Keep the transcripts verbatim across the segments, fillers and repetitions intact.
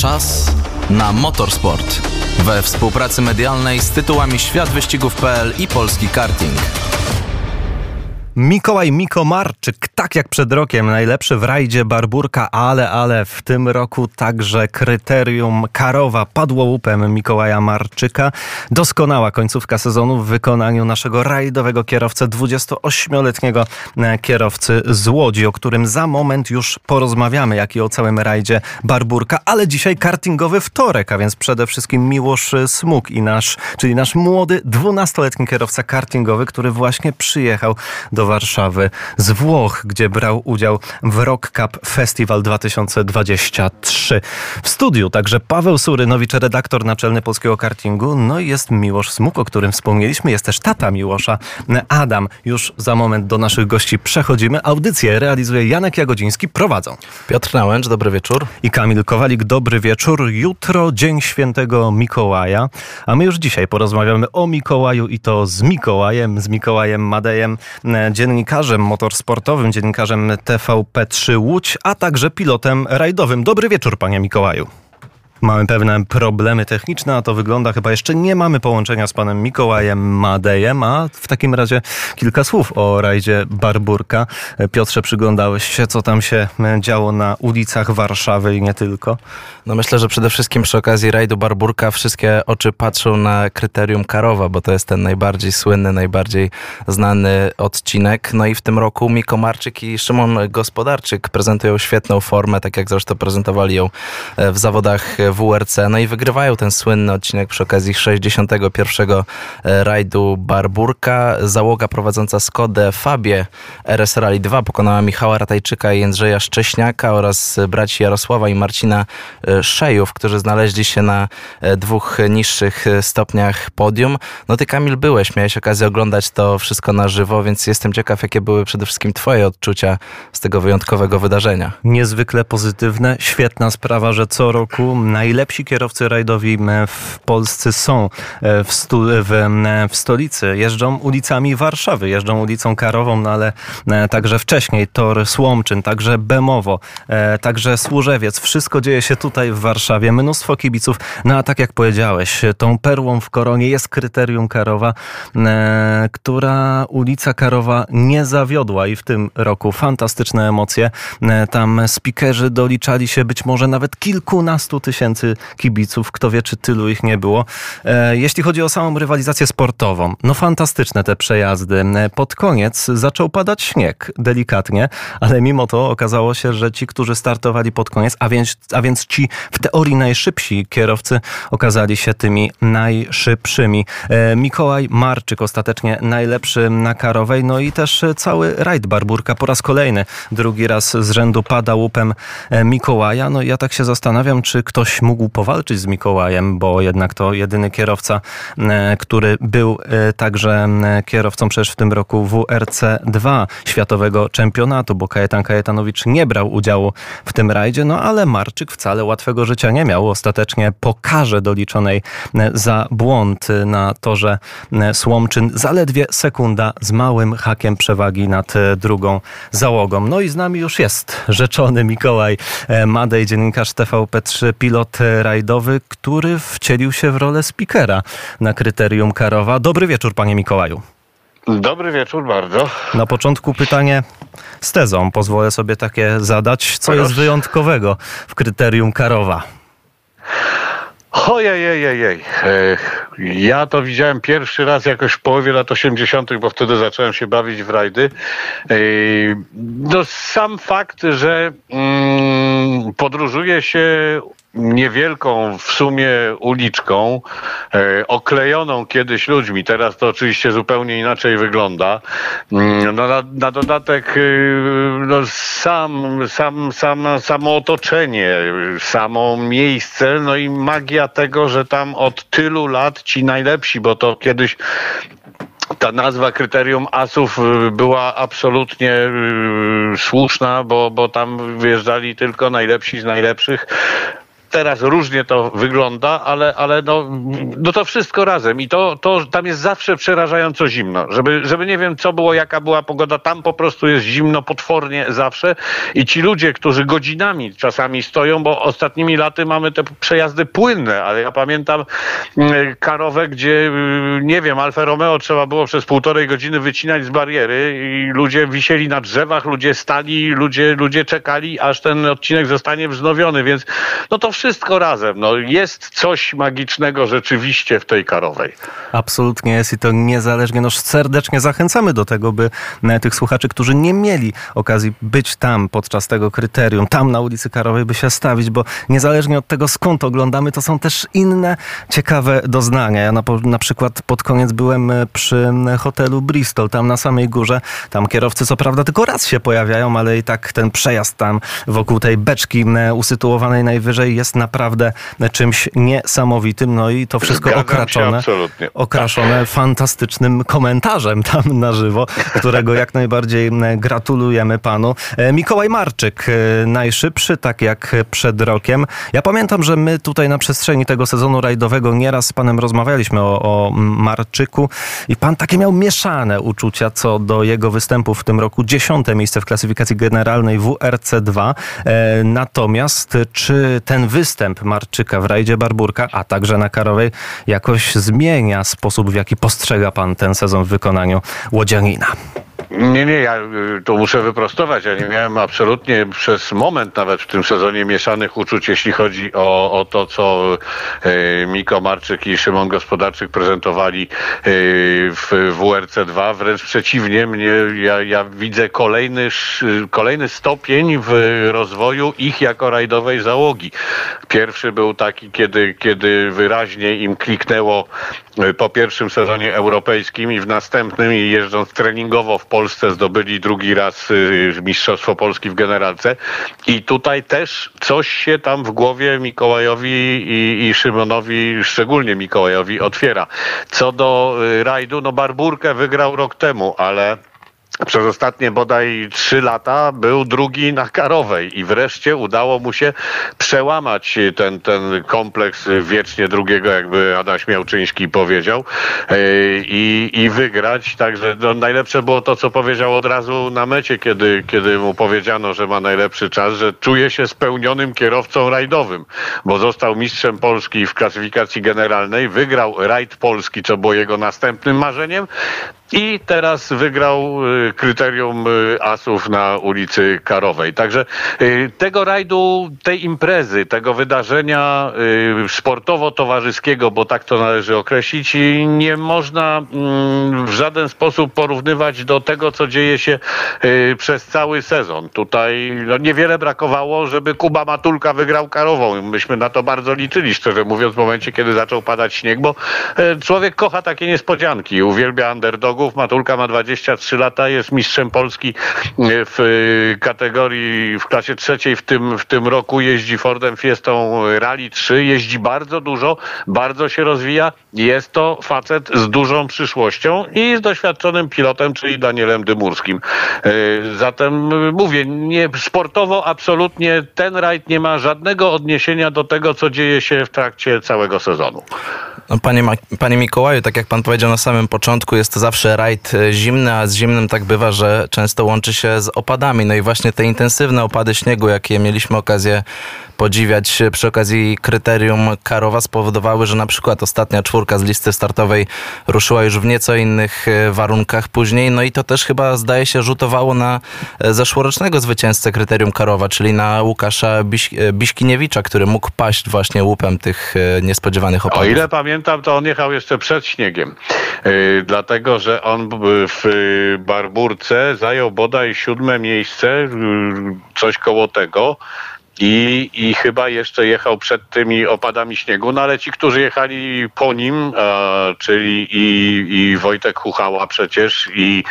Czas na motorsport. We współpracy medialnej z tytułami Świat Wyścigów kropka pe el i Polski Karting. Mikołaj Mikomarczyk, tak jak przed rokiem, najlepszy w rajdzie Barburka, ale, ale w tym roku także kryterium Karowa padło łupem Mikołaja Marczyka. Doskonała końcówka sezonu w wykonaniu naszego rajdowego kierowcy, dwudziestoośmioletniego kierowcy z Łodzi, o którym za moment już porozmawiamy, jak i o całym rajdzie Barburka, ale dzisiaj kartingowy wtorek, a więc przede wszystkim Miłosz Smuk i nasz, czyli nasz młody, dwunastoletni kierowca kartingowy, który właśnie przyjechał do Warszawy z Włoch, gdzie brał udział w Rock Cup Festival dwa tysiące dwudziesty trzeci. W studiu także Paweł Surynowicz, redaktor naczelny Polskiego Kartingu, no i jest Miłosz Smuk, o którym wspomnieliśmy, jest też tata Miłosza, Adam. Już za moment do naszych gości przechodzimy. Audycję realizuje Janek Jagodziński, prowadzą Piotr Nałęcz, dobry wieczór. I Kamil Kowalik, dobry wieczór. Jutro Dzień Świętego Mikołaja, a my już dzisiaj porozmawiamy o Mikołaju i to z Mikołajem, z Mikołajem Madejem, dziennikarzem motorsportowym, dziennikarzem T V P trzy Łódź, a także pilotem rajdowym. Dobry wieczór, panie Mikołaju. Mamy pewne problemy techniczne, a to wygląda, chyba jeszcze nie mamy połączenia z panem Mikołajem Madejem, a w takim razie kilka słów o rajdzie Barburka. Piotrze, przyglądałeś się, co tam się działo na ulicach Warszawy i nie tylko? No myślę, że przede wszystkim przy okazji rajdu Barburka wszystkie oczy patrzą na kryterium Karowa, bo to jest ten najbardziej słynny, najbardziej znany odcinek. No i w tym roku Miko Marczyk i Szymon Gospodarczyk prezentują świetną formę, tak jak zresztą prezentowali ją w zawodach W R C. No i wygrywają ten słynny odcinek przy okazji sześćdziesiątego pierwszego rajdu Barburka. Załoga prowadząca Skodę Fabię R S Rally dwa pokonała Michała Ratajczyka i Jędrzeja Szcześniaka oraz braci Jarosława i Marcina Szejów, którzy znaleźli się na dwóch niższych stopniach podium. No ty, Kamil, byłeś, miałeś okazję oglądać to wszystko na żywo, więc jestem ciekaw, jakie były przede wszystkim twoje odczucia z tego wyjątkowego wydarzenia. Niezwykle pozytywne, świetna sprawa, że co roku najlepsi kierowcy rajdowi w Polsce są w, stu, w, w stolicy. Jeżdżą ulicami Warszawy, jeżdżą ulicą Karową, no ale także wcześniej Tor Słomczyn, także Bemowo, także Służewiec. Wszystko dzieje się tutaj w Warszawie. Mnóstwo kibiców. No a tak jak powiedziałeś, tą perłą w koronie jest kryterium Karowa, która ulica Karowa nie zawiodła i w tym roku fantastyczne emocje. Tam speakerzy doliczali się być może nawet kilkunastu tysięcy kibiców. Kto wie, czy tylu ich nie było. Jeśli chodzi o samą rywalizację sportową, no fantastyczne te przejazdy. Pod koniec zaczął padać śnieg, delikatnie, ale mimo to okazało się, że ci, którzy startowali pod koniec, a więc, a więc ci w teorii najszybsi kierowcy okazali się tymi najszybszymi. Mikołaj Marczyk ostatecznie najlepszy na Karowej, no i też cały rajd Barburka po raz kolejny, drugi raz z rzędu pada łupem Mikołaja. No i ja tak się zastanawiam, czy ktoś mógł powalczyć z Mikołajem, bo jednak to jedyny kierowca, który był także kierowcą przecież w tym roku W R C dwa światowego czempionatu, bo Kajetan Kajetanowicz nie brał udziału w tym rajdzie, no ale Marczyk wcale łatwego życia nie miał. Ostatecznie po karze doliczonej za błąd na torze Słomczyn zaledwie sekunda z małym hakiem przewagi nad drugą załogą. No i z nami już jest rzeczony Mikołaj Madej, dziennikarz T V P trzy, pilot rajdowy, który wcielił się w rolę speakera na kryterium Karowa. Dobry wieczór, panie Mikołaju. Dobry wieczór bardzo. Na początku pytanie z tezą. Pozwolę sobie takie zadać. Co jest wyjątkowego w kryterium Karowa? Ojej, ja to widziałem pierwszy raz jakoś w połowie lat osiemdziesiątych, bo wtedy zacząłem się bawić w rajdy. No sam fakt, że mm, podróżuje się niewielką w sumie uliczką, e, oklejoną kiedyś ludźmi. Teraz to oczywiście zupełnie inaczej wygląda. No, na, na dodatek no, sam, sam, sam, samo otoczenie, samo miejsce, no i magia tego, że tam od tylu lat ci najlepsi, bo to kiedyś ta nazwa kryterium asów była absolutnie słuszna, bo, bo tam wyjeżdżali tylko najlepsi z najlepszych. teraz różnie to wygląda, ale, ale no, no to wszystko razem i to, to tam jest zawsze przerażająco zimno. Żeby, żeby nie wiem, co było, jaka była pogoda, tam po prostu jest zimno potwornie zawsze i ci ludzie, którzy godzinami czasami stoją, bo ostatnimi laty mamy te przejazdy płynne, ale ja pamiętam Karowę, gdzie nie wiem, Alfa Romeo trzeba było przez półtorej godziny wycinać z bariery i ludzie wisieli na drzewach, ludzie stali, ludzie, ludzie czekali, aż ten odcinek zostanie wznowiony, więc no to wszystko razem. No, jest coś magicznego rzeczywiście w tej Karowej. Absolutnie jest i to niezależnie. No, serdecznie zachęcamy do tego, by tych słuchaczy, którzy nie mieli okazji być tam podczas tego kryterium, tam na ulicy Karowej, by się stawić, bo niezależnie od tego, skąd oglądamy, to są też inne ciekawe doznania. Ja na, na przykład pod koniec byłem przy hotelu Bristol, tam na samej górze. Tam kierowcy co prawda tylko raz się pojawiają, ale i tak ten przejazd tam wokół tej beczki usytuowanej najwyżej jest naprawdę czymś niesamowitym. No i to wszystko Zgadzam okraczone, okraszone fantastycznym komentarzem tam na żywo, którego jak najbardziej gratulujemy panu. Mikołaj Marczyk, najszybszy, tak jak przed rokiem. Ja pamiętam, że my tutaj na przestrzeni tego sezonu rajdowego nieraz z panem rozmawialiśmy o, o Marczyku i pan takie miał mieszane uczucia co do jego występu w tym roku. Dziesiąte miejsce w klasyfikacji generalnej W R C dwa. E, natomiast czy ten występ Marczyka w rajdzie Barburka, a także na Karowej, jakoś zmienia sposób, w jaki postrzega pan ten sezon w wykonaniu łodzianina? Nie, nie, ja to muszę wyprostować. Ja nie miałem absolutnie przez moment nawet w tym sezonie mieszanych uczuć, jeśli chodzi o, o to, co e, Miko Marczyk i Szymon Gospodarczyk prezentowali e, w W R C dwa. Wręcz przeciwnie, mnie, ja, ja widzę kolejny, kolejny stopień w rozwoju ich jako rajdowej załogi. Pierwszy był taki, kiedy, kiedy wyraźnie im kliknęło po pierwszym sezonie europejskim i w następnym, i jeżdżąc treningowo w Polsce, zdobyli drugi raz Mistrzostwo Polski w generalce. I tutaj też coś się tam w głowie Mikołajowi i, i Szymonowi, szczególnie Mikołajowi, otwiera. Co do rajdu, no Barburkę wygrał rok temu, ale przez ostatnie bodaj trzy lata był drugi na Karowej i wreszcie udało mu się przełamać ten, ten kompleks wiecznie drugiego, jakby Adam Śmiałczyński powiedział, i, i wygrać. Także no, najlepsze było to, co powiedział od razu na mecie, kiedy, kiedy mu powiedziano, że ma najlepszy czas, że czuje się spełnionym kierowcą rajdowym, bo został mistrzem Polski w klasyfikacji generalnej, wygrał rajd Polski, co było jego następnym marzeniem, i teraz wygrał kryterium asów na ulicy Karowej. Także tego rajdu, tej imprezy, tego wydarzenia sportowo-towarzyskiego, bo tak to należy określić, nie można w żaden sposób porównywać do tego, co dzieje się przez cały sezon. Tutaj no, niewiele brakowało, żeby Kuba Matulka wygrał Karową. Myśmy na to bardzo liczyli, szczerze mówiąc, w momencie, kiedy zaczął padać śnieg, bo człowiek kocha takie niespodzianki, uwielbia underdogów. Matulka ma dwadzieścia trzy lata, jest mistrzem Polski w kategorii, w klasie trzeciej w tym, w tym roku, jeździ Fordem Fiestą Rally trzy, jeździ bardzo dużo, bardzo się rozwija. Jest to facet z dużą przyszłością i z doświadczonym pilotem, czyli Danielem Dymurskim. Zatem mówię, nie, sportowo absolutnie ten rajd nie ma żadnego odniesienia do tego, co dzieje się w trakcie całego sezonu. No, panie, panie Mikołaju, tak jak pan powiedział na samym początku, jest to zawsze rajd zimny, a z zimnym tak bywa, że często łączy się z opadami. No i właśnie te intensywne opady śniegu, jakie mieliśmy okazję podziwiać przy okazji kryterium Karowa, spowodowały, że na przykład ostatnia czwórka z listy startowej ruszyła już w nieco innych warunkach później. No i to też chyba, zdaje się, rzutowało na zeszłorocznego zwycięzcę kryterium Karowa, czyli na Łukasza Biś- Biśkiniewicza, który mógł paść właśnie łupem tych niespodziewanych opadów. O ile pamiętam, to on jechał jeszcze przed śniegiem. Yy, dlatego, że on w Barburce zajął bodaj siódme miejsce, yy, coś koło tego. I, I chyba jeszcze jechał przed tymi opadami śniegu, no ale ci, którzy jechali po nim, e, czyli i, i Wojtek Huchała przecież, i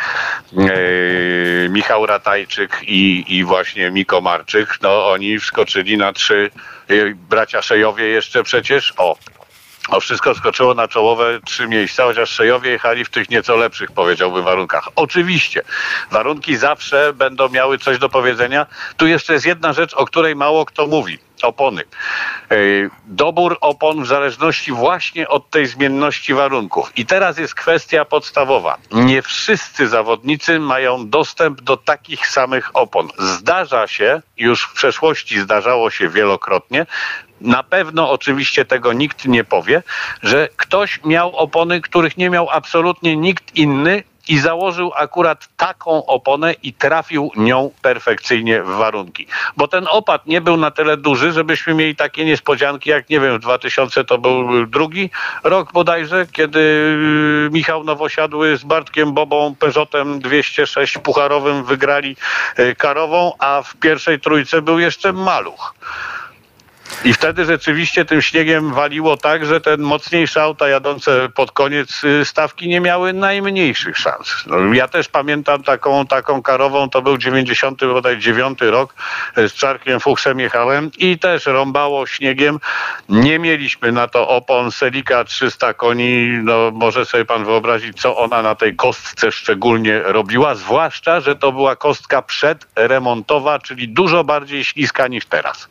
e, Michał Ratajczyk, i, i właśnie Miko Marczyk, no oni wskoczyli na trzy, e, bracia Szejowie jeszcze przecież, o. O wszystko skoczyło na czołowe trzy miejsca, chociaż Szejowie jechali w tych nieco lepszych, powiedziałbym, warunkach. Oczywiście, warunki zawsze będą miały coś do powiedzenia. Tu jeszcze jest jedna rzecz, o której mało kto mówi. opony. Dobór opon w zależności właśnie od tej zmienności warunków. I teraz jest kwestia podstawowa. Nie wszyscy zawodnicy mają dostęp do takich samych opon. Zdarza się, już w przeszłości zdarzało się wielokrotnie, na pewno oczywiście tego nikt nie powie, że ktoś miał opony, których nie miał absolutnie nikt inny i założył akurat taką oponę i trafił nią perfekcyjnie w warunki. Bo ten opad nie był na tyle duży, żebyśmy mieli takie niespodzianki, jak nie wiem, w dwa tysiące to był drugi rok bodajże, kiedy Michał Nowosiadły z Bartkiem Bobą Peugeotem dwieście sześć pucharowym wygrali karową, a w pierwszej trójce był jeszcze Maluch. I wtedy rzeczywiście tym śniegiem waliło tak, że te mocniejsze auta jadące pod koniec stawki nie miały najmniejszych szans. No, ja też pamiętam taką, taką karową, to był dziewięćdziesiąty bodaj dziewiąty rok, z Czarkiem Fuchsem jechałem i też rąbało śniegiem. Nie mieliśmy na to opon, Celica trzysta koni, no może sobie pan wyobrazić, co ona na tej kostce szczególnie robiła, zwłaszcza, że to była kostka przedremontowa, czyli dużo bardziej śliska niż teraz.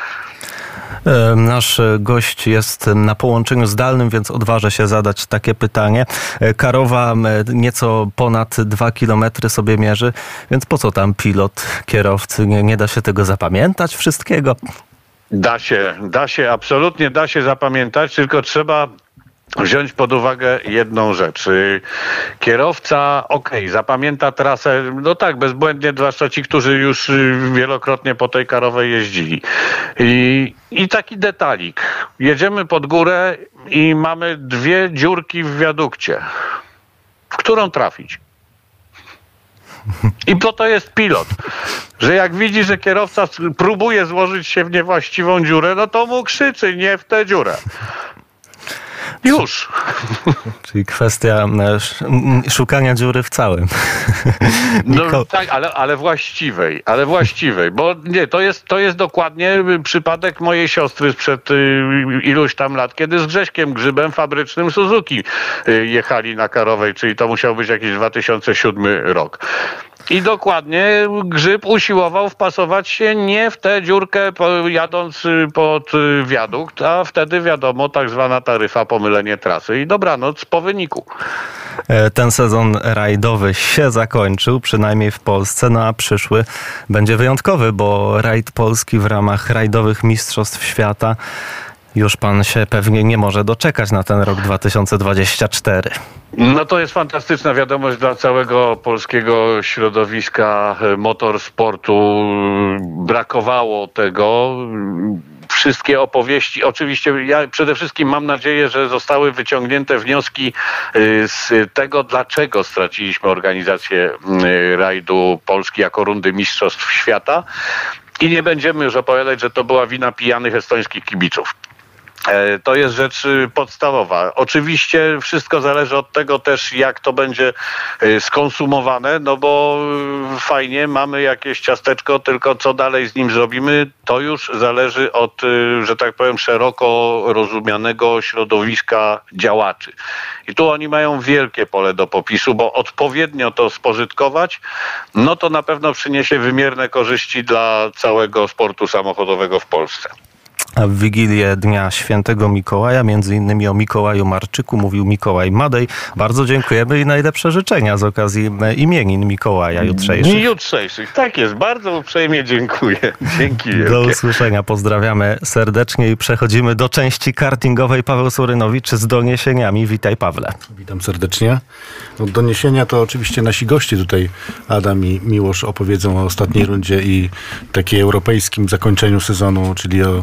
Nasz gość jest na połączeniu zdalnym, więc odważę się zadać takie pytanie. Karowa nieco ponad dwa kilometry sobie mierzy, więc po co tam pilot, kierowcy? Nie, nie da się tego zapamiętać wszystkiego? Da się, da się, absolutnie da się zapamiętać, tylko trzeba wziąć pod uwagę jedną rzecz. Kierowca, okej, okay, zapamięta trasę, no tak, bezbłędnie, zwłaszcza ci, którzy już wielokrotnie po tej karowej jeździli. I, i taki detalik. Jedziemy pod górę i mamy dwie dziurki w wiadukcie. W którą trafić? I po to jest pilot, że jak widzi, że kierowca próbuje złożyć się w niewłaściwą dziurę, no to mu krzyczy, nie w tę dziurę. Już. Czyli kwestia szukania dziury w całym. No tak, ale, ale właściwej, ale właściwej, bo nie, to jest, to jest dokładnie przypadek mojej siostry sprzed y, iluś tam lat, kiedy z Grześkiem Grzybem fabrycznym Suzuki y, jechali na karowej, czyli to musiał być jakiś dwa tysiące siódmy rok. I dokładnie Grzyb usiłował wpasować się nie w tę dziurkę jadąc pod wiadukt, a wtedy wiadomo tak zwana taryfa pomylenie trasy i dobranoc po wyniku. Ten sezon rajdowy się zakończył, przynajmniej w Polsce, no a przyszły będzie wyjątkowy, bo rajd polski w ramach rajdowych mistrzostw świata. Już pan się pewnie nie może doczekać na ten rok dwa tysiące dwudziesty czwarty. No to jest fantastyczna wiadomość dla całego polskiego środowiska motorsportu. Brakowało tego. Wszystkie opowieści, oczywiście ja przede wszystkim mam nadzieję, że zostały wyciągnięte wnioski z tego, dlaczego straciliśmy organizację rajdu Polski jako rundy mistrzostw świata i nie będziemy już opowiadać, że to była wina pijanych estońskich kibiców. To jest rzecz podstawowa. Oczywiście wszystko zależy od tego też, jak to będzie skonsumowane, no bo fajnie, mamy jakieś ciasteczko, tylko co dalej z nim zrobimy, to już zależy od, że tak powiem, szeroko rozumianego środowiska działaczy. I tu oni mają wielkie pole do popisu, bo odpowiednio to spożytkować, no to na pewno przyniesie wymierne korzyści dla całego sportu samochodowego w Polsce. A w Wigilię Dnia Świętego Mikołaja, między innymi o Mikołaju Marczyku, mówił Mikołaj Madej. Bardzo dziękujemy i najlepsze życzenia z okazji imienin Mikołaja jutrzejszych. Jutrzejszych, tak jest. Bardzo uprzejmie dziękuję. Dzięki wielkie. Do usłyszenia. Pozdrawiamy serdecznie i przechodzimy do części kartingowej. Paweł Surynowicz z doniesieniami. Witaj, Pawle. Witam serdecznie. No, doniesienia to oczywiście nasi goście tutaj, Adam i Miłosz, opowiedzą o ostatniej rundzie i takiej europejskim zakończeniu sezonu, czyli o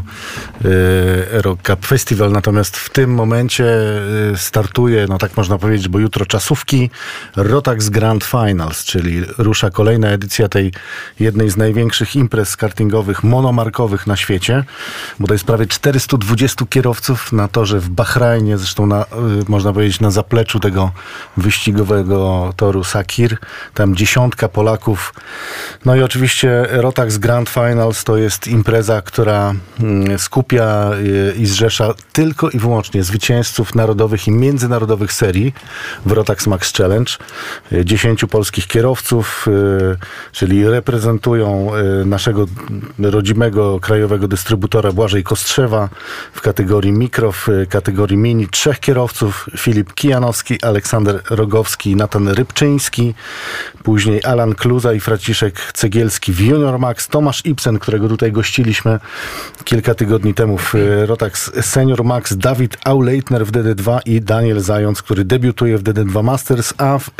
Euro Cup Festival, natomiast w tym momencie startuje, no tak można powiedzieć, bo jutro czasówki, Rotax Grand Finals, czyli rusza kolejna edycja tej jednej z największych imprez kartingowych, monomarkowych na świecie, bo to jest prawie czterystu dwudziestu kierowców na torze w Bahrajnie, zresztą na, można powiedzieć na zapleczu tego wyścigowego toru Sakir, tam dziesiątka Polaków, no i oczywiście Rotax Grand Finals to jest impreza, która składa skupia i zrzesza tylko i wyłącznie zwycięzców narodowych i międzynarodowych serii w Rotax Max Challenge. Dziesięciu polskich kierowców, czyli reprezentują naszego rodzimego krajowego dystrybutora Błażej Kostrzewa w kategorii mikro, w kategorii mini. Trzech kierowców: Filip Kijanowski, Aleksander Rogowski i Natan Rybczyński. Później Alan Kluza i Franciszek Cegielski w Junior Max. Tomasz Ibsen, którego tutaj gościliśmy kilka tygodni temu w Rotax Senior Max. Dawid Auleitner w D D dwa i Daniel Zając, który debiutuje w D D dwa Masters, a w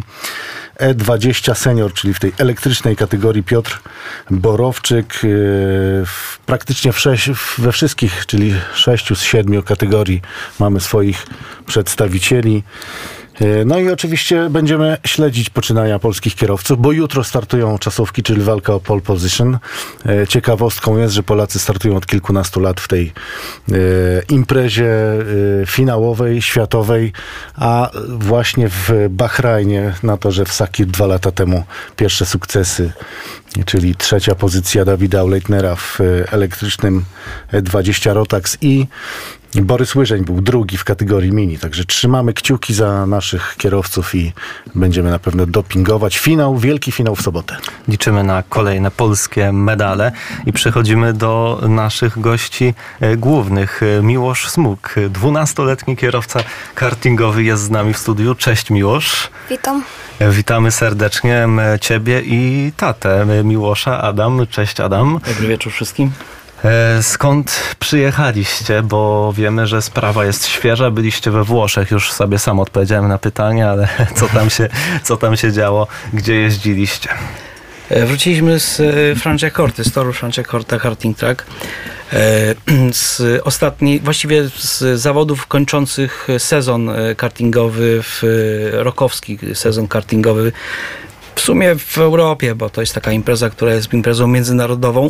E dwadzieścia Senior, czyli w tej elektrycznej kategorii, Piotr Borowczyk. W, praktycznie w sześć, we wszystkich, czyli sześciu z siedmiu kategorii mamy swoich przedstawicieli. No i oczywiście będziemy śledzić poczynania polskich kierowców, bo jutro startują czasówki, czyli walka o pole position. Ciekawostką jest, że Polacy startują od kilkunastu lat w tej imprezie finałowej, światowej, a właśnie w Bahrajnie, na torze w Sakir dwa lata temu pierwsze sukcesy, czyli trzecia pozycja Dawida Auleitnera w elektrycznym E dwadzieścia Rotax i Borys Łyżeń był drugi w kategorii mini, także trzymamy kciuki za naszych kierowców i będziemy na pewno dopingować. Finał, wielki finał w sobotę. Liczymy na kolejne polskie medale i przechodzimy do naszych gości głównych. Miłosz Smuk, dwunastoletni kierowca kartingowy, jest z nami w studiu. Cześć, Miłosz. Witam. Witamy serdecznie Ciebie i tatę Miłosza, Adam. Cześć, Adam. Dobry wieczór wszystkim. Skąd przyjechaliście? Bo wiemy, że sprawa jest świeża. Byliście we Włoszech, już sobie sam odpowiedziałem na pytanie, ale co tam się, co tam się działo? Gdzie jeździliście? Wróciliśmy z Franciacorty, z toru Franciacorta Karting Track. Z ostatniej, właściwie z zawodów kończących sezon kartingowy, w rokowski sezon kartingowy. W sumie w Europie, bo to jest taka impreza, która jest imprezą międzynarodową.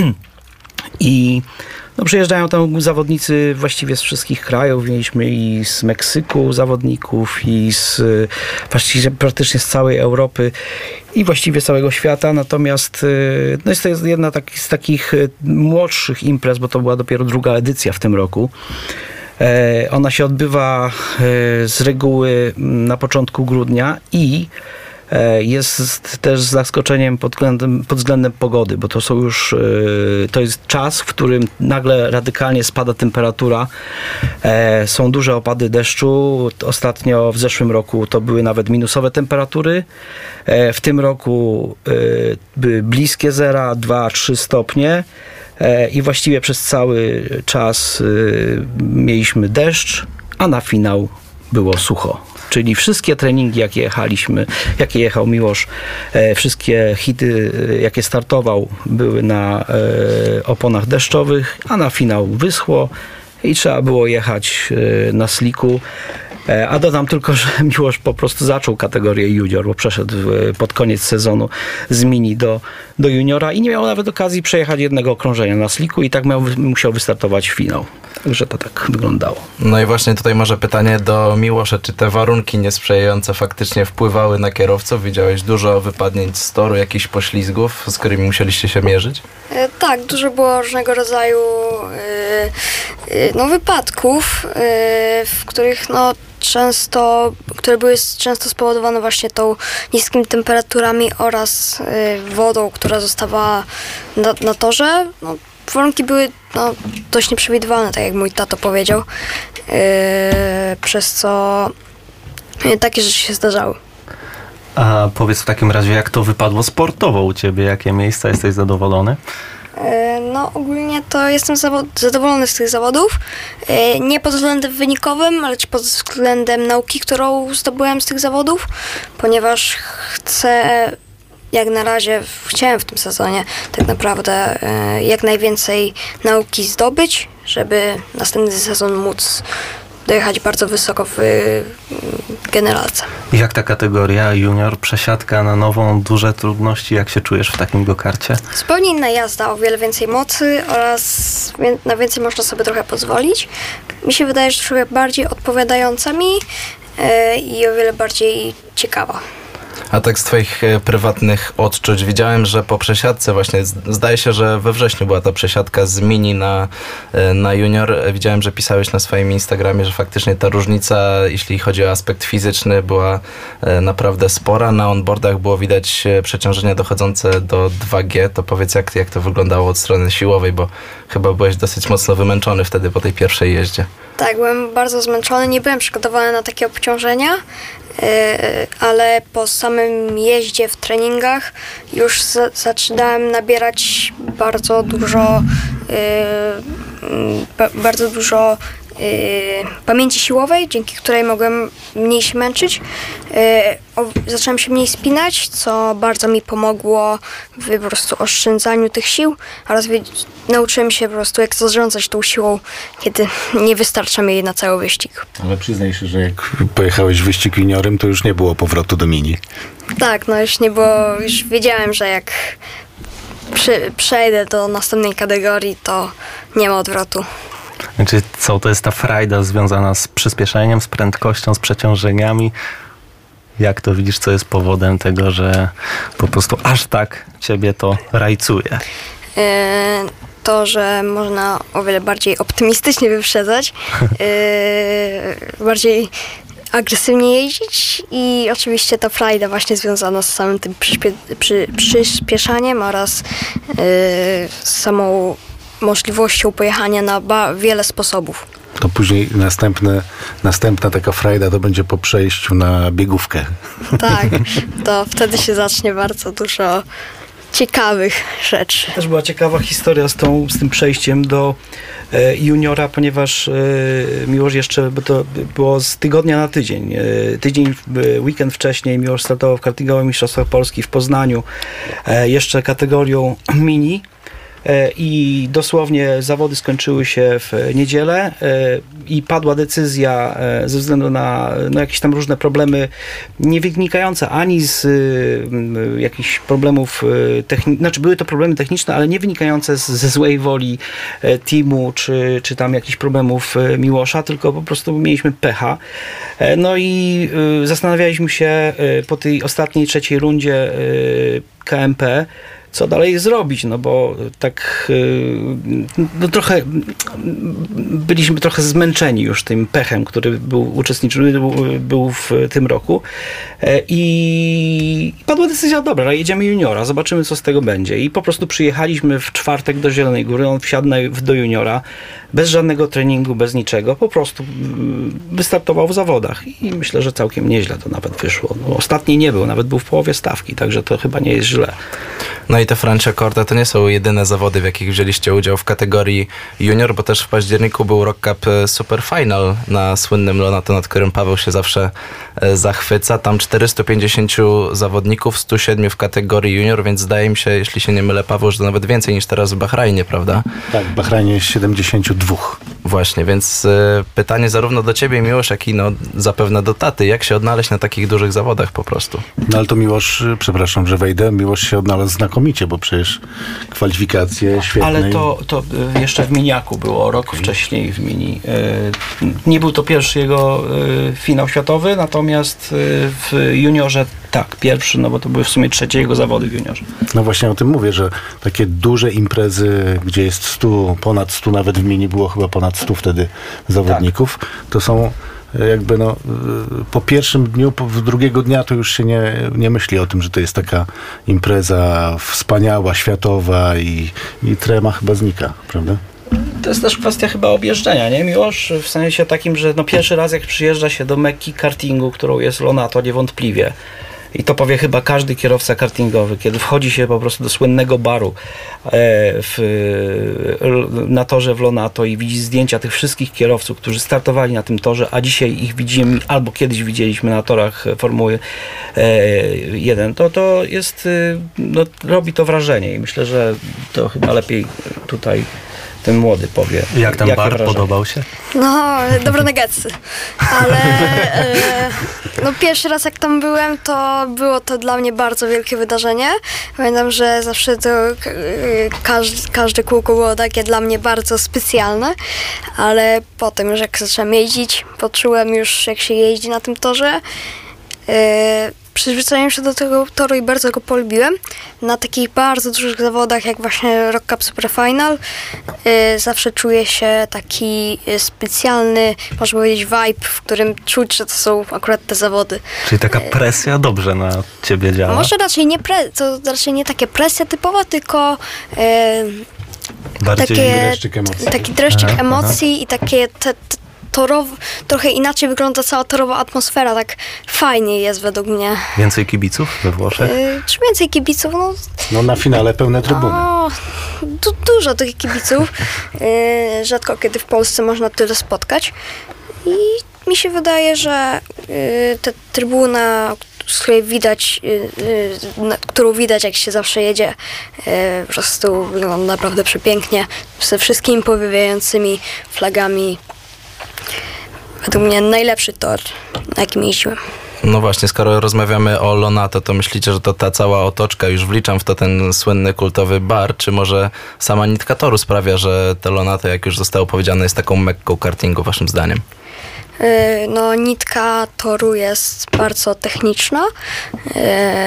I no, przyjeżdżają tam zawodnicy właściwie z wszystkich krajów. Mieliśmy i z Meksyku zawodników, i z właściwie praktycznie z całej Europy i właściwie całego świata. Natomiast no, jest to jedna taki, z takich młodszych imprez, bo to była dopiero druga edycja w tym roku. E, ona się odbywa e, z reguły na początku grudnia i jest też z zaskoczeniem pod względem, pod względem pogody, bo to są już, to jest czas, w którym nagle radykalnie spada temperatura. Są duże opady deszczu. Ostatnio w zeszłym roku to były nawet minusowe temperatury. W tym roku były bliskie zera, dwa trzy stopnie. I właściwie przez cały czas mieliśmy deszcz, a na finał było sucho. Czyli wszystkie treningi, jakie jechaliśmy, jakie jechał Miłosz, e, wszystkie hity, e, jakie startował, były na e, oponach deszczowych, a na finał wyschło i trzeba było jechać e, na sliku. E, a dodam tylko, że Miłosz po prostu zaczął kategorię junior, bo przeszedł e, pod koniec sezonu z mini do, do juniora i nie miał nawet okazji przejechać jednego okrążenia na sliku i tak miał, musiał wystartować w finał. Także to tak wyglądało. No i właśnie tutaj może pytanie do Miłosza, czy te warunki niesprzyjające faktycznie wpływały na kierowców? Widziałeś dużo wypadnięć z toru, jakichś poślizgów, z którymi musieliście się mierzyć? E, tak, dużo było różnego rodzaju e, e, no, wypadków, e, w których no często, które były często spowodowane właśnie tą niskimi temperaturami oraz e, wodą, która zostawała na, na torze. No, warunki były no, dość nieprzewidywalne, tak jak mój tato powiedział, yy, przez co yy, takie rzeczy się zdarzały. A powiedz w takim razie, jak to wypadło sportowo u Ciebie? Jakie miejsca? Jesteś zadowolony? Yy, no ogólnie to jestem zawo- zadowolony z tych zawodów. Yy, nie pod względem wynikowym, ale pod względem nauki, którą zdobyłem z tych zawodów, ponieważ chcę... Jak na razie chciałem w tym sezonie tak naprawdę e, jak najwięcej nauki zdobyć, żeby następny sezon móc dojechać bardzo wysoko w y, generalce. Jak ta kategoria junior, przesiadka na nową, duże trudności, jak się czujesz w takim go-karcie? Zupełnie inna jazda, o wiele więcej mocy oraz wie, na więcej można sobie trochę pozwolić. Mi się wydaje, że trochę bardziej odpowiadająca mi y, i o wiele bardziej ciekawa. A tak z twoich e, prywatnych odczuć widziałem, że po przesiadce właśnie, z- zdaje się, że we wrześniu była ta przesiadka z mini na, e, na junior. E, Widziałem, że pisałeś na swoim Instagramie, że faktycznie ta różnica, jeśli chodzi o aspekt fizyczny, była e, naprawdę spora. Na onboardach było widać e, przeciążenia dochodzące do dwa G. To powiedz, jak, jak to wyglądało od strony siłowej, bo chyba byłeś dosyć mocno wymęczony wtedy po tej pierwszej jeździe. Tak, byłem bardzo zmęczony, nie byłem przygotowany na takie obciążenia, yy, ale po samym jeździe w treningach już za, zaczynałem nabierać bardzo dużo, yy, ba, bardzo dużo yy, pamięci siłowej, dzięki której mogłem mniej się męczyć. Yy, o, zacząłem się mniej spinać, co bardzo mi pomogło w po prostu oszczędzaniu tych sił oraz wie, nauczyłem się po prostu, jak zarządzać tą siłą, kiedy nie wystarcza mi jej na cały wyścig. Ale przyznaj się, że jak pojechałeś wyścig juniorem, to już nie było powrotu do mini. Tak, no już nie było, już wiedziałem, że jak przy, przejdę do następnej kategorii, to nie ma odwrotu. Znaczy, co to jest ta frajda związana z przyspieszeniem, z prędkością, z przeciążeniami? Jak to widzisz, co jest powodem tego, że po prostu aż tak ciebie to rajcuje? Yy, to, że można o wiele bardziej optymistycznie wyprzedzać, yy, bardziej agresywnie jeździć i oczywiście ta frajda właśnie związana z samym tym przyspie- przy, przyspieszaniem oraz yy, samą możliwością pojechania na ba- wiele sposobów. To później następne, następna taka frajda to będzie po przejściu na biegówkę. Tak, to wtedy się zacznie bardzo dużo ciekawych rzeczy. Też była ciekawa historia z, tą, z tym przejściem do e, juniora, ponieważ e, Miłosz jeszcze, bo to było z tygodnia na tydzień. E, tydzień, e, weekend wcześniej Miłosz startował w kartingowych mistrzostwach Polski w Poznaniu, e, jeszcze kategorią mini. I dosłownie zawody skończyły się w niedzielę i padła decyzja ze względu na no, jakieś tam różne problemy nie wynikające ani z jakichś problemów technicznych, znaczy były to problemy techniczne, ale nie wynikające z, ze złej woli teamu, czy, czy tam jakichś problemów Miłosza, tylko po prostu mieliśmy pecha. No i zastanawialiśmy się po tej ostatniej, trzeciej rundzie K M P, co dalej zrobić, no bo tak no trochę byliśmy trochę zmęczeni już tym pechem, który był uczestniczył, był w tym roku i padła decyzja, dobra, jedziemy juniora, zobaczymy, co z tego będzie i po prostu przyjechaliśmy w czwartek do Zielonej Góry, on wsiadł do juniora bez żadnego treningu, bez niczego, po prostu wystartował w zawodach i myślę, że całkiem nieźle to nawet wyszło. No, ostatni nie był, nawet był w połowie stawki, także to chyba nie jest źle. No i te Franciacorta to nie są jedyne zawody, w jakich wzięliście udział w kategorii junior, bo też w październiku był Rock Cup Super Final na słynnym Lonato, nad którym Paweł się zawsze zachwyca. Tam czterystu pięćdziesięciu zawodników, stu siedmiu w kategorii junior, więc zdaje mi się, jeśli się nie mylę, Paweł, że to nawet więcej niż teraz w Bahrajnie, prawda? Tak, w Bahrajnie jest siedemdziesięciu dwóch. Właśnie, więc y, pytanie zarówno do ciebie, Miłosz, jak i no, zapewne do taty. Jak się odnaleźć na takich dużych zawodach po prostu? No ale to Miłosz, przepraszam, że wejdę, Miłosz się odnalazł znakomicie, bo przecież kwalifikacje świetne. Ale to, to jeszcze w miniaku było, rok wcześniej w mini. Nie był to pierwszy jego finał światowy, natomiast w juniorze tak, pierwszy, no bo to były w sumie trzecie jego zawody w juniorze. No właśnie o tym mówię, że takie duże imprezy, gdzie jest stu, ponad stu, nawet w mini było chyba ponad stu wtedy zawodników, tak. To są jakby no po pierwszym dniu, po drugiego dnia to już się nie, nie myśli o tym, że to jest taka impreza wspaniała, światowa i, i trema chyba znika, prawda? To jest też kwestia chyba objeżdżenia, nie, Miłosz? W sensie takim, że no pierwszy raz jak przyjeżdża się do Mekki kartingu, którą jest Lonato niewątpliwie, i to powie chyba każdy kierowca kartingowy, kiedy wchodzi się po prostu do słynnego baru w, na torze w Lonato i widzi zdjęcia tych wszystkich kierowców, którzy startowali na tym torze, a dzisiaj ich widzimy, albo kiedyś widzieliśmy na torach Formuły jeden, to to jest, no, robi to wrażenie i myślę, że to chyba lepiej tutaj ten młody powie. Jak ten bar wrażenie? Podobał się? No, dobre nuggetsy. Ale e, no pierwszy raz jak tam byłem, to było to dla mnie bardzo wielkie wydarzenie. Pamiętam, że zawsze to każde, każde kółko było takie dla mnie bardzo specjalne, ale potem już jak zacząłem jeździć, poczułem już jak się jeździ na tym torze. E, przyzwyczaiłem się do tego toru i bardzo go polubiłem. Na takich bardzo dużych zawodach, jak właśnie Rock Cup Super Final, y, zawsze czuję się taki y, specjalny, można powiedzieć, vibe, w którym czuć, że to są akurat te zawody. Czyli taka presja dobrze na ciebie działa? Może raczej nie, pre, to raczej nie takie presja typowa, tylko y, Bardziej takie, dreszczyk emocji. taki dreszczyk Aha, emocji aha. i takie te, te, torow, trochę inaczej wygląda cała torowa atmosfera, tak fajnie jest według mnie. Więcej kibiców we Włoszech? Yy, czy więcej kibiców? No, No na finale pełne trybuny. o, du, dużo tych kibiców. Yy, rzadko kiedy w Polsce można tyle spotkać. I mi się wydaje, że yy, ta trybuna, z której widać, yy, yy, na, którą widać jak się zawsze jedzie, yy, po prostu wygląda naprawdę przepięknie, ze wszystkimi powiewającymi flagami. Według mnie najlepszy tor, na jakim jeździłem. No właśnie, skoro rozmawiamy o Lonato, to myślicie, że to ta cała otoczka, już wliczam w to ten słynny kultowy bar, czy może sama nitka toru sprawia, że to Lonato, jak już zostało powiedziane, jest taką mekką kartingu, waszym zdaniem? Yy, no, nitka toru jest bardzo techniczna, yy,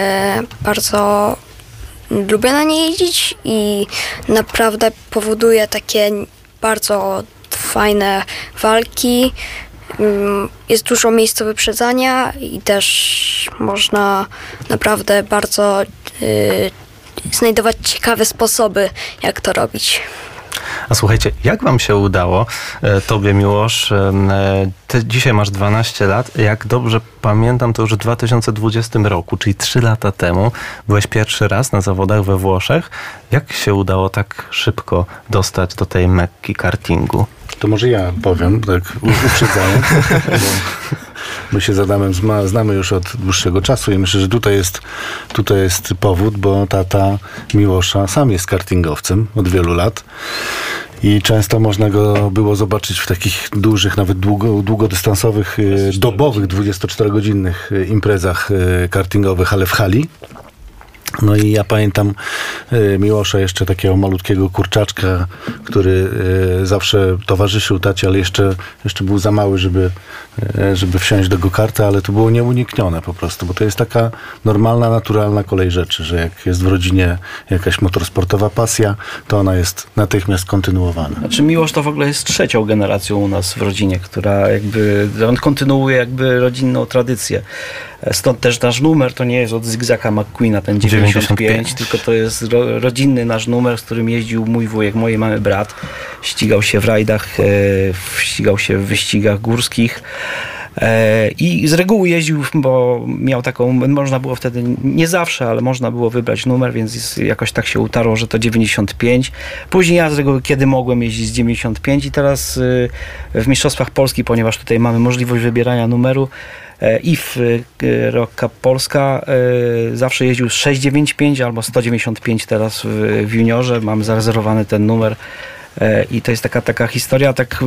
bardzo lubię na niej jeździć i naprawdę powoduje takie bardzo fajne walki. Jest dużo miejsc do wyprzedzania i też można naprawdę bardzo yy, znajdować ciekawe sposoby, jak to robić. A słuchajcie, jak wam się udało, tobie Miłosz, ty dzisiaj masz dwanaście lat, jak dobrze pamiętam, to już w dwa tysiące dwudziestym roku, czyli trzy lata temu, byłeś pierwszy raz na zawodach we Włoszech. Jak się udało tak szybko dostać do tej Mekki kartingu? To może ja powiem, tak uprzedzając, bo my się z Adamem zma, znamy już od dłuższego czasu i myślę, że tutaj jest, tutaj jest powód, bo tata Miłosza sam jest kartingowcem od wielu lat i często można go było zobaczyć w takich dużych, nawet długo, długodystansowych, dobowych, dwudziestoczterogodzinnych imprezach kartingowych, ale w hali. No i ja pamiętam y, Miłosza jeszcze takiego malutkiego kurczaczka, który y, zawsze towarzyszył tacie, ale jeszcze, jeszcze był za mały, żeby, y, żeby wsiąść do go-karta, ale to było nieuniknione po prostu, bo to jest taka normalna, naturalna kolej rzeczy, że jak jest w rodzinie jakaś motorsportowa pasja, to ona jest natychmiast kontynuowana. Znaczy Miłosz to w ogóle jest trzecią generacją u nas w rodzinie, która jakby, on kontynuuje jakby rodzinną tradycję. Stąd też nasz numer to nie jest od Zygzaka McQueena, ten dziewięćdziesiąt pięć, tylko to jest ro, rodzinny nasz numer, z którym jeździł mój wujek, mojej mamy brat. Ścigał się w rajdach, e, ścigał się w wyścigach górskich. I z reguły jeździł, bo miał taką, można było wtedy, nie zawsze, ale można było wybrać numer, więc jakoś tak się utarło, że to dziewięćdziesiąt pięć. Później ja z reguły, kiedy mogłem jeździć z dziewięćdziesiąt pięć i teraz w Mistrzostwach Polski, ponieważ tutaj mamy możliwość wybierania numeru i w Rock Cup Polska zawsze jeździł sześćset dziewięćdziesiąt pięć albo sto dziewięćdziesiąt pięć teraz w, w juniorze, mamy zarezerwowany ten numer. I to jest taka, taka historia, tak,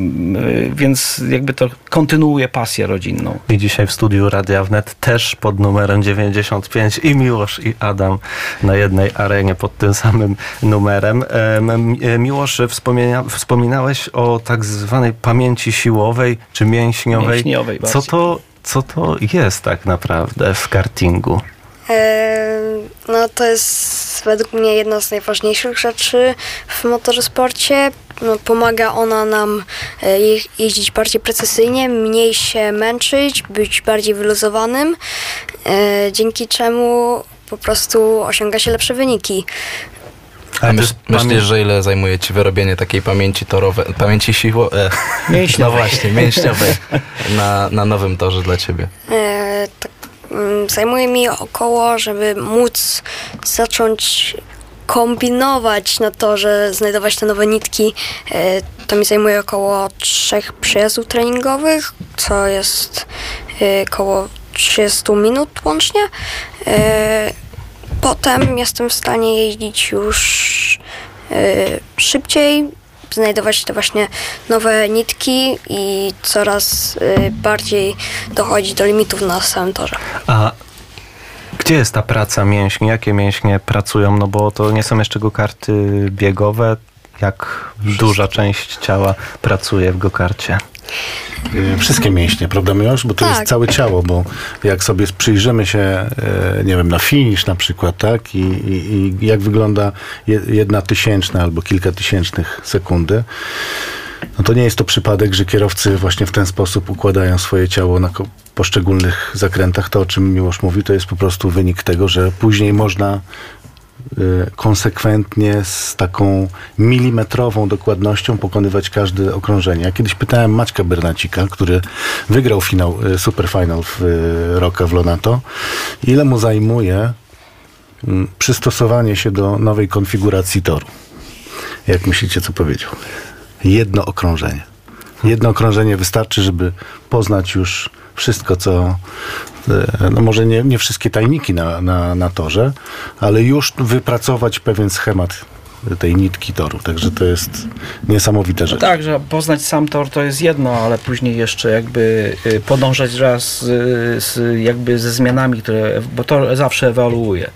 więc jakby to kontynuuje pasję rodzinną. I dzisiaj w studiu Radia Wnet też pod numerem dziewięćdziesiąt pięć i Miłosz i Adam na jednej arenie pod tym samym numerem. Miłosz, wspomina, wspominałeś o tak zwanej pamięci siłowej czy mięśniowej. Mięśniowej co to, co to jest tak naprawdę w kartingu? No to jest według mnie jedna z najważniejszych rzeczy w motorsporcie. No, pomaga ona nam je- jeździć bardziej precyzyjnie, mniej się męczyć, być bardziej wyluzowanym, e, dzięki czemu po prostu osiąga się lepsze wyniki. A myśl, myślisz, że ile zajmuje ci wyrobienie takiej pamięci torowej, pamięci siło... E, mięśniowej. No właśnie, mięśniowej na, na nowym torze dla ciebie? E, tak, mm, zajmuje mi około, żeby móc zacząć kombinować na torze, znajdować te nowe nitki. E, to mi zajmuje około trzech przejazdów treningowych, co jest e, około trzydzieści minut łącznie. E, potem jestem w stanie jeździć już e, szybciej, znajdować te właśnie nowe nitki i coraz y, bardziej dochodzi do limitów na samym torze. A gdzie jest ta praca mięśni? Jakie mięśnie pracują? No bo to nie są jeszcze go-karty biegowe. Jak duża część ciała pracuje w go-karcie? Wszystkie mięśnie, prawda Miłosz? Bo to Tak. jest całe ciało, bo jak sobie przyjrzymy się, e, nie wiem, na finish na przykład, tak? I, i, i jak wygląda je- jedna tysięczna albo kilka tysięcznych sekundy, no to nie jest to przypadek, że kierowcy właśnie w ten sposób układają swoje ciało na ko- poszczególnych zakrętach. To, o czym Miłosz mówi, to jest po prostu wynik tego, że później można y, konsekwentnie z taką milimetrową dokładnością pokonywać każde okrążenie. Ja kiedyś pytałem Maćka Bernacika, który wygrał finał y, Superfinal w y, Rocca w Lonato, ile mu zajmuje y, przystosowanie się do nowej konfiguracji toru. Jak myślicie, co powiedział? Jedno okrążenie. Jedno okrążenie wystarczy, żeby poznać już wszystko, co... e, No może nie, nie wszystkie tajniki na, na, na torze, ale już wypracować pewien schemat tej nitki toru. Także to jest niesamowita rzecz. Tak, że poznać sam tor to jest jedno, ale później jeszcze jakby y, podążać raz z, z, jakby ze zmianami, które, bo tor zawsze ewoluuje.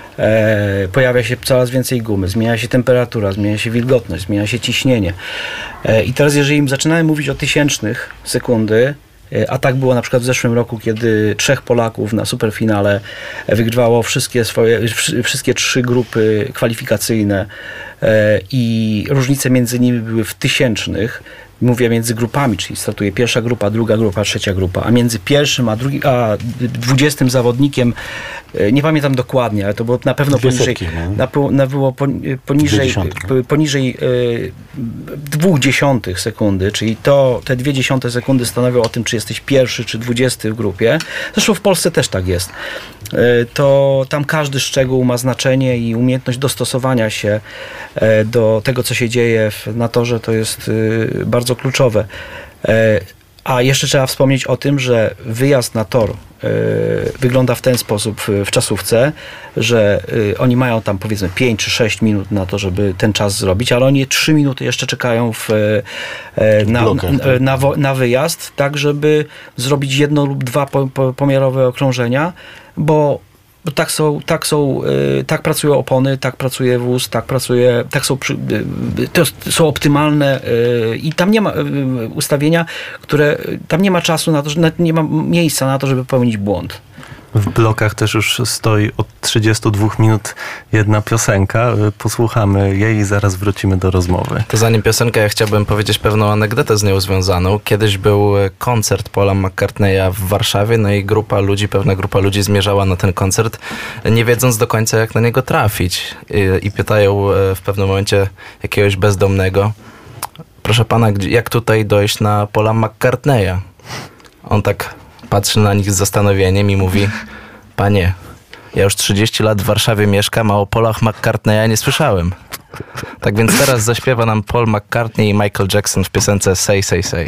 E, pojawia się coraz więcej gumy, zmienia się temperatura, zmienia się wilgotność, zmienia się ciśnienie. E, I teraz jeżeli zaczynamy mówić o tysięcznych sekundy, e, a tak było na przykład w zeszłym roku, kiedy trzech Polaków na superfinale wygrywało wszystkie swoje, wszy- wszystkie trzy grupy kwalifikacyjne e, i różnice między nimi były w tysięcznych. Mówię między grupami, czyli startuje pierwsza grupa, druga grupa, trzecia grupa, a między pierwszym a, drugi, a dwudziestym zawodnikiem, e, nie pamiętam dokładnie, ale to było na pewno Dwie poniżej, setki, no. na, po- na było poni- Dwie poniżej, dziesiątki. p- poniżej e, dwóch dziesiątych sekundy, czyli to te dwie dziesiąte sekundy stanowią o tym, czy jesteś pierwszy, czy dwudziesty w grupie. Zresztą w Polsce też tak jest. E, to tam każdy szczegół ma znaczenie i umiejętność dostosowania się e, do tego, co się dzieje w, na torze, to jest e, bardzo kluczowe. E, A jeszcze trzeba wspomnieć o tym, że wyjazd na tor e, wygląda w ten sposób w, w czasówce, że e, oni mają tam powiedzmy pięć czy sześć minut na to, żeby ten czas zrobić, ale oni trzy minuty jeszcze czekają w, e, na, blokach, na, tak. na, wo- na wyjazd, tak żeby zrobić jedno lub dwa po, po, pomiarowe okrążenia, bo Bo tak są, tak są, y, tak pracują opony, tak pracuje wóz, tak pracuje, tak są, przy, y, to są optymalne y, i tam nie ma y, ustawienia, które, tam nie ma czasu na to, że nawet nie ma miejsca na to, żeby popełnić błąd. W blokach też już stoi od trzydziestu dwóch minut jedna piosenka. Posłuchamy jej i zaraz wrócimy do rozmowy. To zanim piosenkę, ja chciałbym powiedzieć pewną anegdotę z nią związaną. Kiedyś był koncert Paula McCartneya w Warszawie, no i grupa ludzi, pewna grupa ludzi zmierzała na ten koncert, nie wiedząc do końca, jak na niego trafić. I, i pytają w pewnym momencie jakiegoś bezdomnego: proszę pana, gdzie- jak tutaj dojść na Paula McCartneya? On tak patrzy na nich z zastanowieniem i mówi: panie, ja już trzydzieści lat w Warszawie mieszkam, a o Paulach McCartneya nie słyszałem. Tak więc teraz zaśpiewa nam Paul McCartney i Michael Jackson w piosence Say, Say, Say.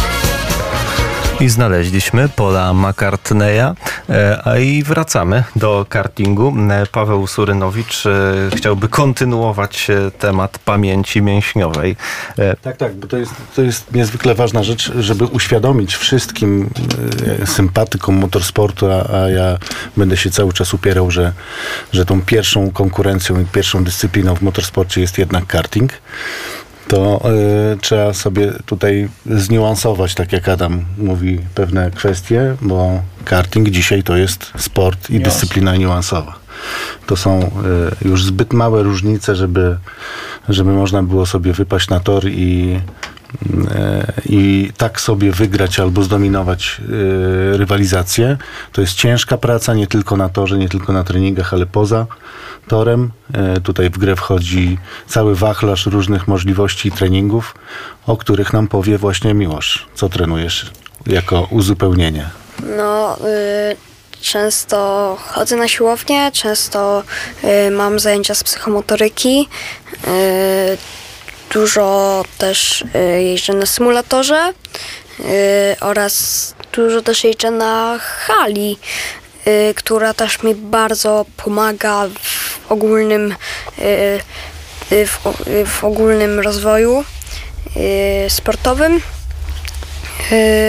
I znaleźliśmy Paula McCartneya, e, a i wracamy do kartingu. E, Paweł Surynowicz e, chciałby kontynuować e, temat pamięci mięśniowej. E, Tak, tak, bo to jest, to jest niezwykle ważna rzecz, żeby uświadomić wszystkim e, sympatykom motorsportu, a, a ja będę się cały czas upierał, że, że tą pierwszą konkurencją i pierwszą dyscypliną w motorsporcie jest jednak karting. To y, trzeba sobie tutaj zniuansować, tak jak Adam mówi, pewne kwestie, bo karting dzisiaj to jest sport i Niuans. dyscyplina niuansowa. To są y, już zbyt małe różnice, żeby, żeby można było sobie wypaść na tor i, y, i tak sobie wygrać albo zdominować y, rywalizację. To jest ciężka praca, nie tylko na torze, nie tylko na treningach, ale poza torem. E, Tutaj w grę wchodzi cały wachlarz różnych możliwości i treningów, o których nam powie właśnie Miłosz. Co trenujesz jako uzupełnienie? No, y, często chodzę na siłownię, często y, mam zajęcia z psychomotoryki. Y, dużo też y, jeżdżę na symulatorze y, oraz dużo też jeżdżę na hali, y, która też mi bardzo pomaga w ogólnym, y, y, w, y, w ogólnym rozwoju y, sportowym. Y,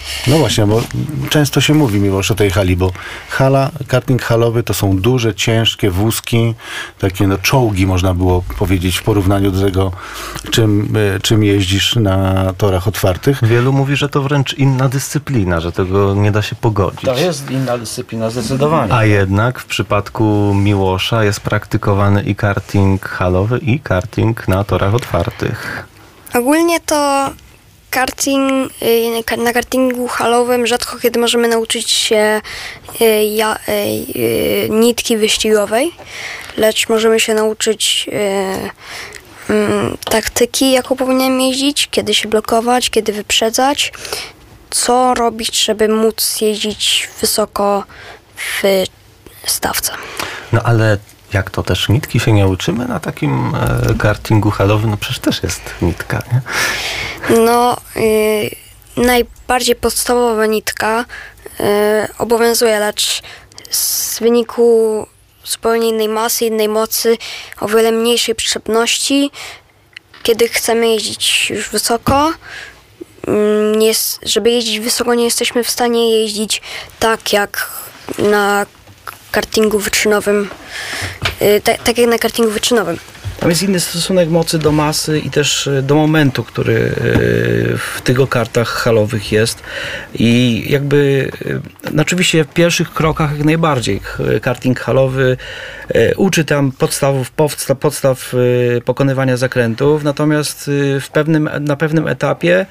No właśnie, bo często się mówi, Miłosz, o tej hali, bo hala, karting halowy to są duże, ciężkie wózki, takie no, czołgi można było powiedzieć w porównaniu do tego, czym, czym jeździsz na torach otwartych. Wielu mówi, że to wręcz inna dyscyplina, że tego nie da się pogodzić. To jest inna dyscyplina, zdecydowanie. A jednak w przypadku Miłosza jest praktykowany i karting halowy, i karting na torach otwartych. Ogólnie to karting, y, na kartingu halowym rzadko kiedy możemy nauczyć się y, ja, y, y, nitki wyścigowej, lecz możemy się nauczyć y, y, taktyki, jaką powinienem jeździć, kiedy się blokować, kiedy wyprzedzać, co robić, żeby móc jeździć wysoko w stawce. No ale jak to też nitki się nie uczymy na takim e, kartingu halowym? No przecież też jest nitka, nie? No, y, najbardziej podstawowa nitka y, obowiązuje, lecz z wyniku zupełnie innej masy, innej mocy, o wiele mniejszej przyczepności, kiedy chcemy jeździć już wysoko, y, nie jest, żeby jeździć wysoko, nie jesteśmy w stanie jeździć tak jak na kartingu wyczynowym, y, tak, tak jak na kartingu wyczynowym. Tam jest inny stosunek mocy do masy i też do momentu, który w tych kartach halowych jest. I jakby, no oczywiście w pierwszych krokach jak najbardziej karting halowy uczy tam podstawów, podstaw, podstaw pokonywania zakrętów, natomiast w pewnym, na pewnym etapie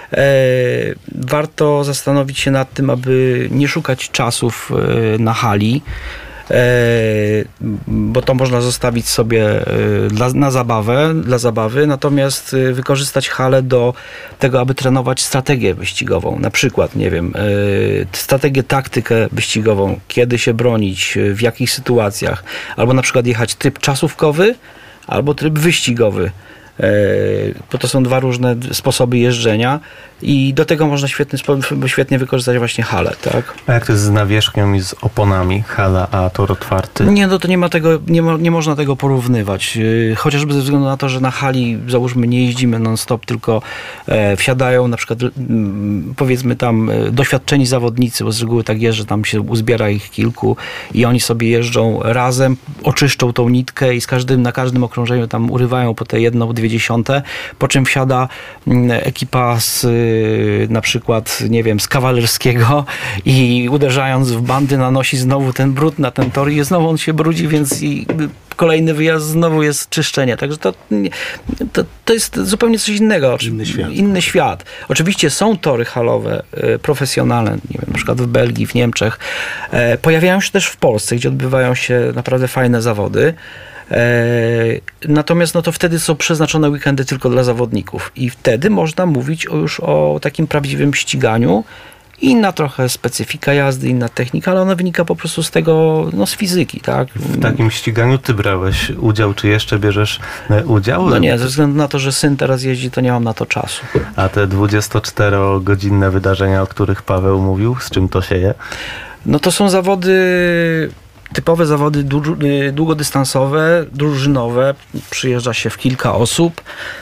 warto zastanowić się nad tym, aby nie szukać czasów na hali, bo to można zostawić sobie dla, na zabawę, dla zabawy, natomiast wykorzystać halę do tego, aby trenować strategię wyścigową. Na przykład, nie wiem, strategię, taktykę wyścigową, kiedy się bronić, w jakich sytuacjach, albo na przykład jechać tryb czasówkowy, albo tryb wyścigowy. Bo to są dwa różne sposoby jeżdżenia i do tego można świetny, świetnie wykorzystać właśnie halę, tak? A jak to jest z nawierzchnią i z oponami? Hala, a tor otwarty? Nie, no to nie ma tego, nie, ma, nie można tego porównywać. Chociażby ze względu na to, że na hali, załóżmy, nie jeździmy non-stop, tylko e, wsiadają na przykład m, powiedzmy tam doświadczeni zawodnicy, bo z reguły tak jest, że tam się uzbiera ich kilku i oni sobie jeżdżą razem, oczyszczą tą nitkę i z każdym, na każdym okrążeniu tam urywają po te jedno, dwie dziesiąte, po czym wsiada m, ekipa z na przykład, nie wiem, z kawalerskiego i uderzając w bandy nanosi znowu ten brud na ten tor i znowu on się brudzi, więc i kolejny wyjazd znowu jest czyszczenie. Także to, to, to jest zupełnie coś innego. Inny świat. Inny świat. Oczywiście są tory halowe profesjonalne, nie wiem, na przykład w Belgii, w Niemczech. Pojawiają się też w Polsce, gdzie odbywają się naprawdę fajne zawody. Natomiast no to wtedy są przeznaczone weekendy tylko dla zawodników i wtedy można mówić o, już o takim prawdziwym ściganiu. Inna trochę specyfika jazdy, inna technika, ale ona wynika po prostu z tego, no z fizyki, tak? W takim ściganiu ty brałeś udział, czy jeszcze bierzesz udział? No nie, ze względu na to, że syn teraz jeździ, to nie mam na to czasu. A te dwudziestoczterogodzinne wydarzenia, o których Paweł mówił, z czym to się je? No to są zawody, typowe zawody długodystansowe, drużynowe. Przyjeżdża się w kilka osób,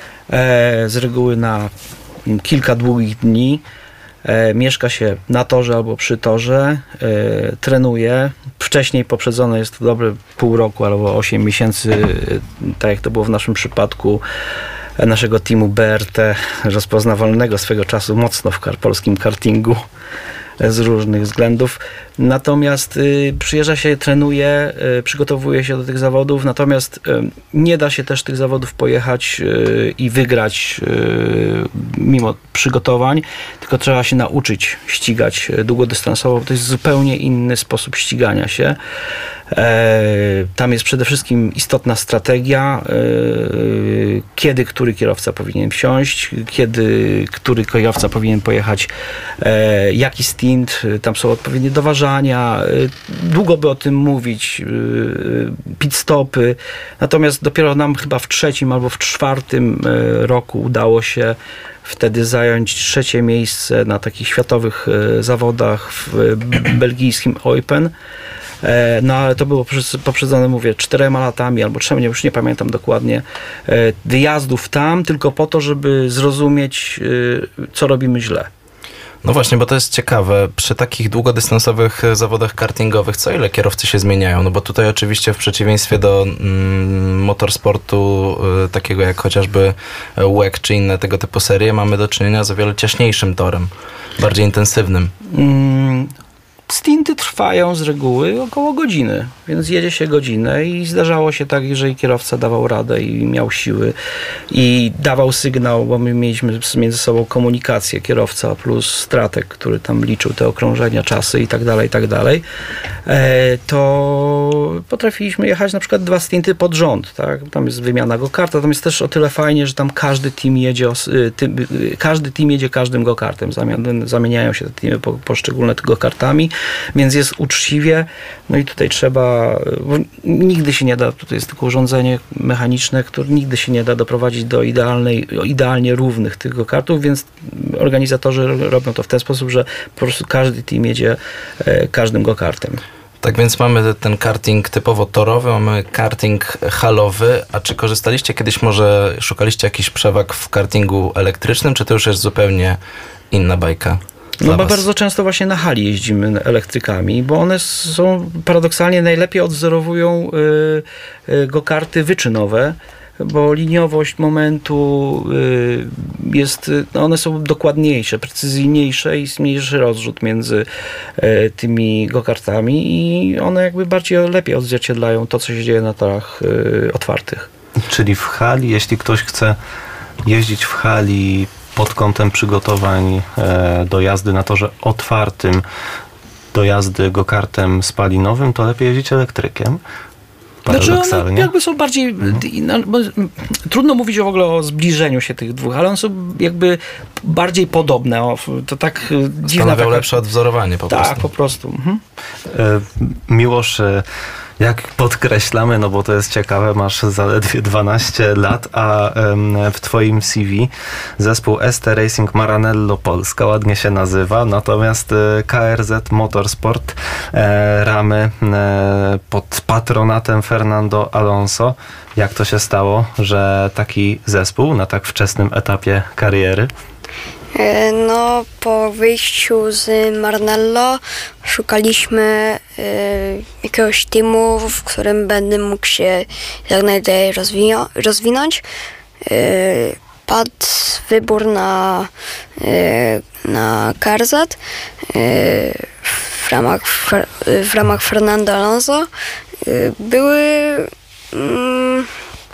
z reguły na kilka długich dni. E, mieszka się na torze albo przy torze, e, trenuje. Wcześniej poprzedzone jest to dobre pół roku albo osiem miesięcy, e, tak jak to było w naszym przypadku, e, naszego teamu B R T, rozpoznawalnego swego czasu mocno w kar- polskim kartingu z różnych względów. Natomiast y, przyjeżdża się, trenuje, y, przygotowuje się do tych zawodów, natomiast y, nie da się też tych zawodów pojechać y, i wygrać y, mimo przygotowań, tylko trzeba się nauczyć ścigać długodystansowo, bo to jest zupełnie inny sposób ścigania się. E, tam jest przede wszystkim istotna strategia, e, kiedy który kierowca powinien wsiąść, kiedy który kierowca powinien pojechać, e, jaki stint, tam są odpowiednie doważania, e, długo by o tym mówić, e, pit stopy, natomiast dopiero nam chyba w trzecim albo w czwartym e, roku udało się wtedy zająć trzecie miejsce na takich światowych e, zawodach w belgijskim Eupen. No ale to było poprzedzone, mówię, czterema latami albo trzema, już nie pamiętam dokładnie, wyjazdów tam tylko po to, żeby zrozumieć, co robimy źle. No właśnie, bo to jest ciekawe. Przy takich długodystansowych zawodach kartingowych co ile kierowcy się zmieniają? No bo tutaj oczywiście w przeciwieństwie do mm, motorsportu y, takiego jak chociażby W E C czy inne tego typu serie mamy do czynienia z o wiele ciaśniejszym torem, bardziej intensywnym. Mm. Stinty trwają z reguły około godziny, więc jedzie się godzinę i zdarzało się tak, że i kierowca dawał radę i miał siły i dawał sygnał, bo my mieliśmy między sobą komunikację, kierowca plus stratek, który tam liczył te okrążenia, czasy i tak dalej, i tak dalej, to potrafiliśmy jechać na przykład dwa stinty pod rząd, tak? Tam jest wymiana go-karta, tam jest też o tyle fajnie, że tam każdy team jedzie, tym, każdy team jedzie każdym go-kartem, zamieniają się te teamy po, poszczególne go-kartami, więc jest uczciwie, no i tutaj trzeba, bo nigdy się nie da, tutaj jest tylko urządzenie mechaniczne, które nigdy się nie da doprowadzić do idealnej, idealnie równych tych go-kartów, więc organizatorzy robią to w ten sposób, że po prostu każdy team jedzie e, każdym go-kartem. Tak więc mamy ten karting typowo torowy, mamy karting halowy, a czy korzystaliście kiedyś, może szukaliście jakichś przewag w kartingu elektrycznym, czy to już jest zupełnie inna bajka? No bo bardzo często właśnie na hali jeździmy elektrykami, bo one są paradoksalnie najlepiej odzorowują y, y, go-karty wyczynowe, bo liniowość momentu y, jest, no one są dokładniejsze, precyzyjniejsze i jest mniejszy rozrzut między y, tymi go-kartami i one jakby bardziej lepiej odzwierciedlają to, co się dzieje na torach y, otwartych. Czyli w hali, jeśli ktoś chce jeździć w hali pod kątem przygotowań e, do jazdy na torze otwartym, do jazdy go-kartem spalinowym, to lepiej jeździć elektrykiem. Paradoksalnie. Znaczy one jakby są bardziej, no, bo, trudno mówić w ogóle o zbliżeniu się tych dwóch, ale one są jakby bardziej podobne. O, to tak dziwna Stanowią taka... lepsze odwzorowanie po tak, prostu. Tak, po prostu. Mhm. E, Miłosz, jak podkreślamy, no bo to jest ciekawe, masz zaledwie dwanaście lat, a w twoim C V zespół S T Racing Maranello Polska ładnie się nazywa, natomiast K R Z Motorsport e, ramy e, pod patronatem Fernando Alonso. Jak to się stało, że taki zespół na tak wczesnym etapie kariery? No, po wyjściu z Maranello szukaliśmy y, jakiegoś teamu, w którym będę mógł się jak najdalej rozwino- rozwinąć. Y, padł wybór na, y, na K R Z y, w, ramach, w ramach Fernando Alonso. Y, były... Y,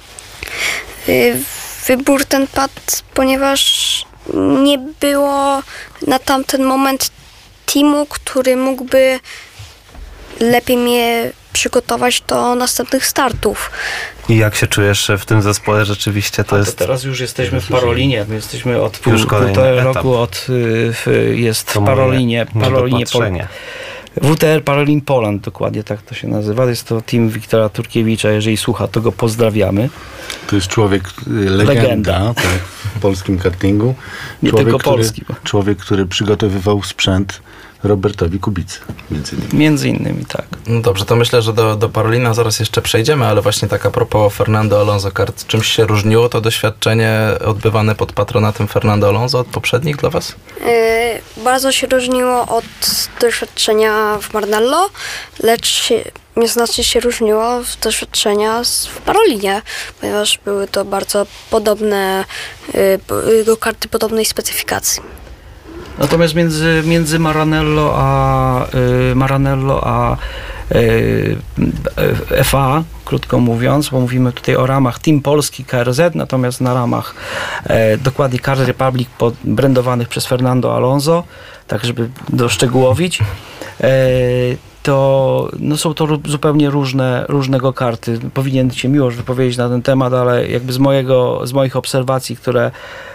y, wybór ten padł, ponieważ nie było na tamten moment teamu, który mógłby lepiej mnie przygotować do następnych startów. I jak się czujesz w tym zespole? Rzeczywiście to A jest... to teraz już jesteśmy w Parolinie. My jesteśmy od pół, Już półtora etap. roku od, y, jest To w Parolinie. moje Parolinie niedopatrzenie. W W T R Parolin Poland, dokładnie tak to się nazywa. Jest to team Wiktora Turkiewicza. Jeżeli słucha, to go pozdrawiamy. To jest człowiek, y, legenda, Legenda. Tak, w polskim kartingu. Nie człowiek, tylko który, polski. Człowiek, który przygotowywał sprzęt Robertowi Kubicy, między innymi. Między innymi, tak. No dobrze, to myślę, że do, do Parolina zaraz jeszcze przejdziemy, ale właśnie tak a propos Fernando Alonso kart, czymś się różniło to doświadczenie odbywane pod patronatem Fernando Alonso od poprzednich dla was? Yy, bardzo się różniło od doświadczenia w Maranello, lecz się, nieznacznie się różniło od doświadczenia w Parolinie, ponieważ były to bardzo podobne yy, go-karty podobnej specyfikacji. Natomiast między, między Maranello a y, Maranello a y, F A, krótko mówiąc, bo mówimy tutaj o ramach Team Polski K R Z, natomiast na ramach e, dokładnie Car Republic brandowanych przez Fernando Alonso, tak żeby doszczegółowić, e, to no są to zupełnie różne, różne go-karty. Powinien się Miłosz wypowiedzieć na ten temat, ale jakby z mojego, z moich obserwacji, które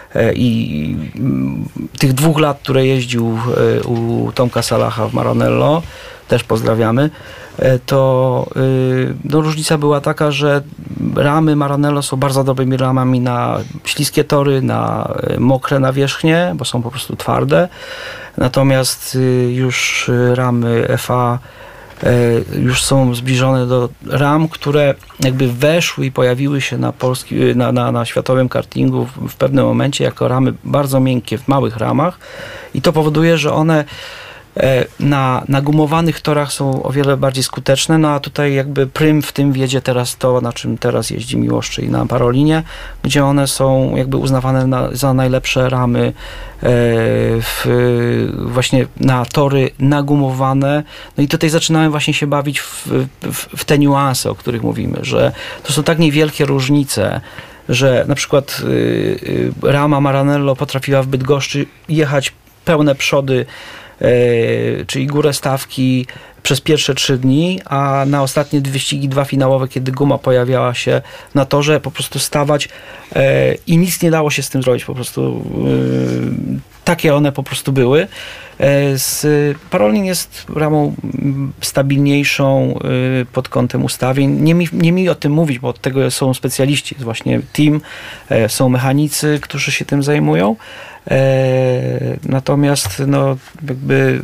i tych dwóch lat, które jeździł u Tomka Salaha w Maranello, też pozdrawiamy, to no, różnica była taka, że ramy Maranello są bardzo dobrymi ramami na śliskie tory, na mokre nawierzchnie, bo są po prostu twarde. Natomiast już ramy F A już są zbliżone do ram, które jakby weszły i pojawiły się na, polski, na, na, na światowym kartingu w, w pewnym momencie jako ramy bardzo miękkie w małych ramach i to powoduje, że one na, na gumowanych torach są o wiele bardziej skuteczne, no a tutaj jakby prym w tym wiedzie teraz to, na czym teraz jeździ Miłosz, czyli na Parolinie, gdzie one są jakby uznawane na, za najlepsze ramy w, właśnie na tory nagumowane. No i tutaj zaczynamy właśnie się bawić w, w, w te niuanse, o których mówimy, że to są tak niewielkie różnice, że na przykład y, y, rama Maranello potrafiła w Bydgoszczy jechać pełne przody, czyli górę stawki przez pierwsze trzy dni, a na ostatnie wyścigi, dwa finałowe, kiedy guma pojawiała się na torze, po prostu stawać i nic nie dało się z tym zrobić. Po prostu takie one po prostu były. Z Parolin jest ramą stabilniejszą pod kątem ustawień. Nie mi, nie mi o tym mówić, bo od tego są specjaliści. Jest właśnie team, są mechanicy, którzy się tym zajmują. Natomiast no, jakby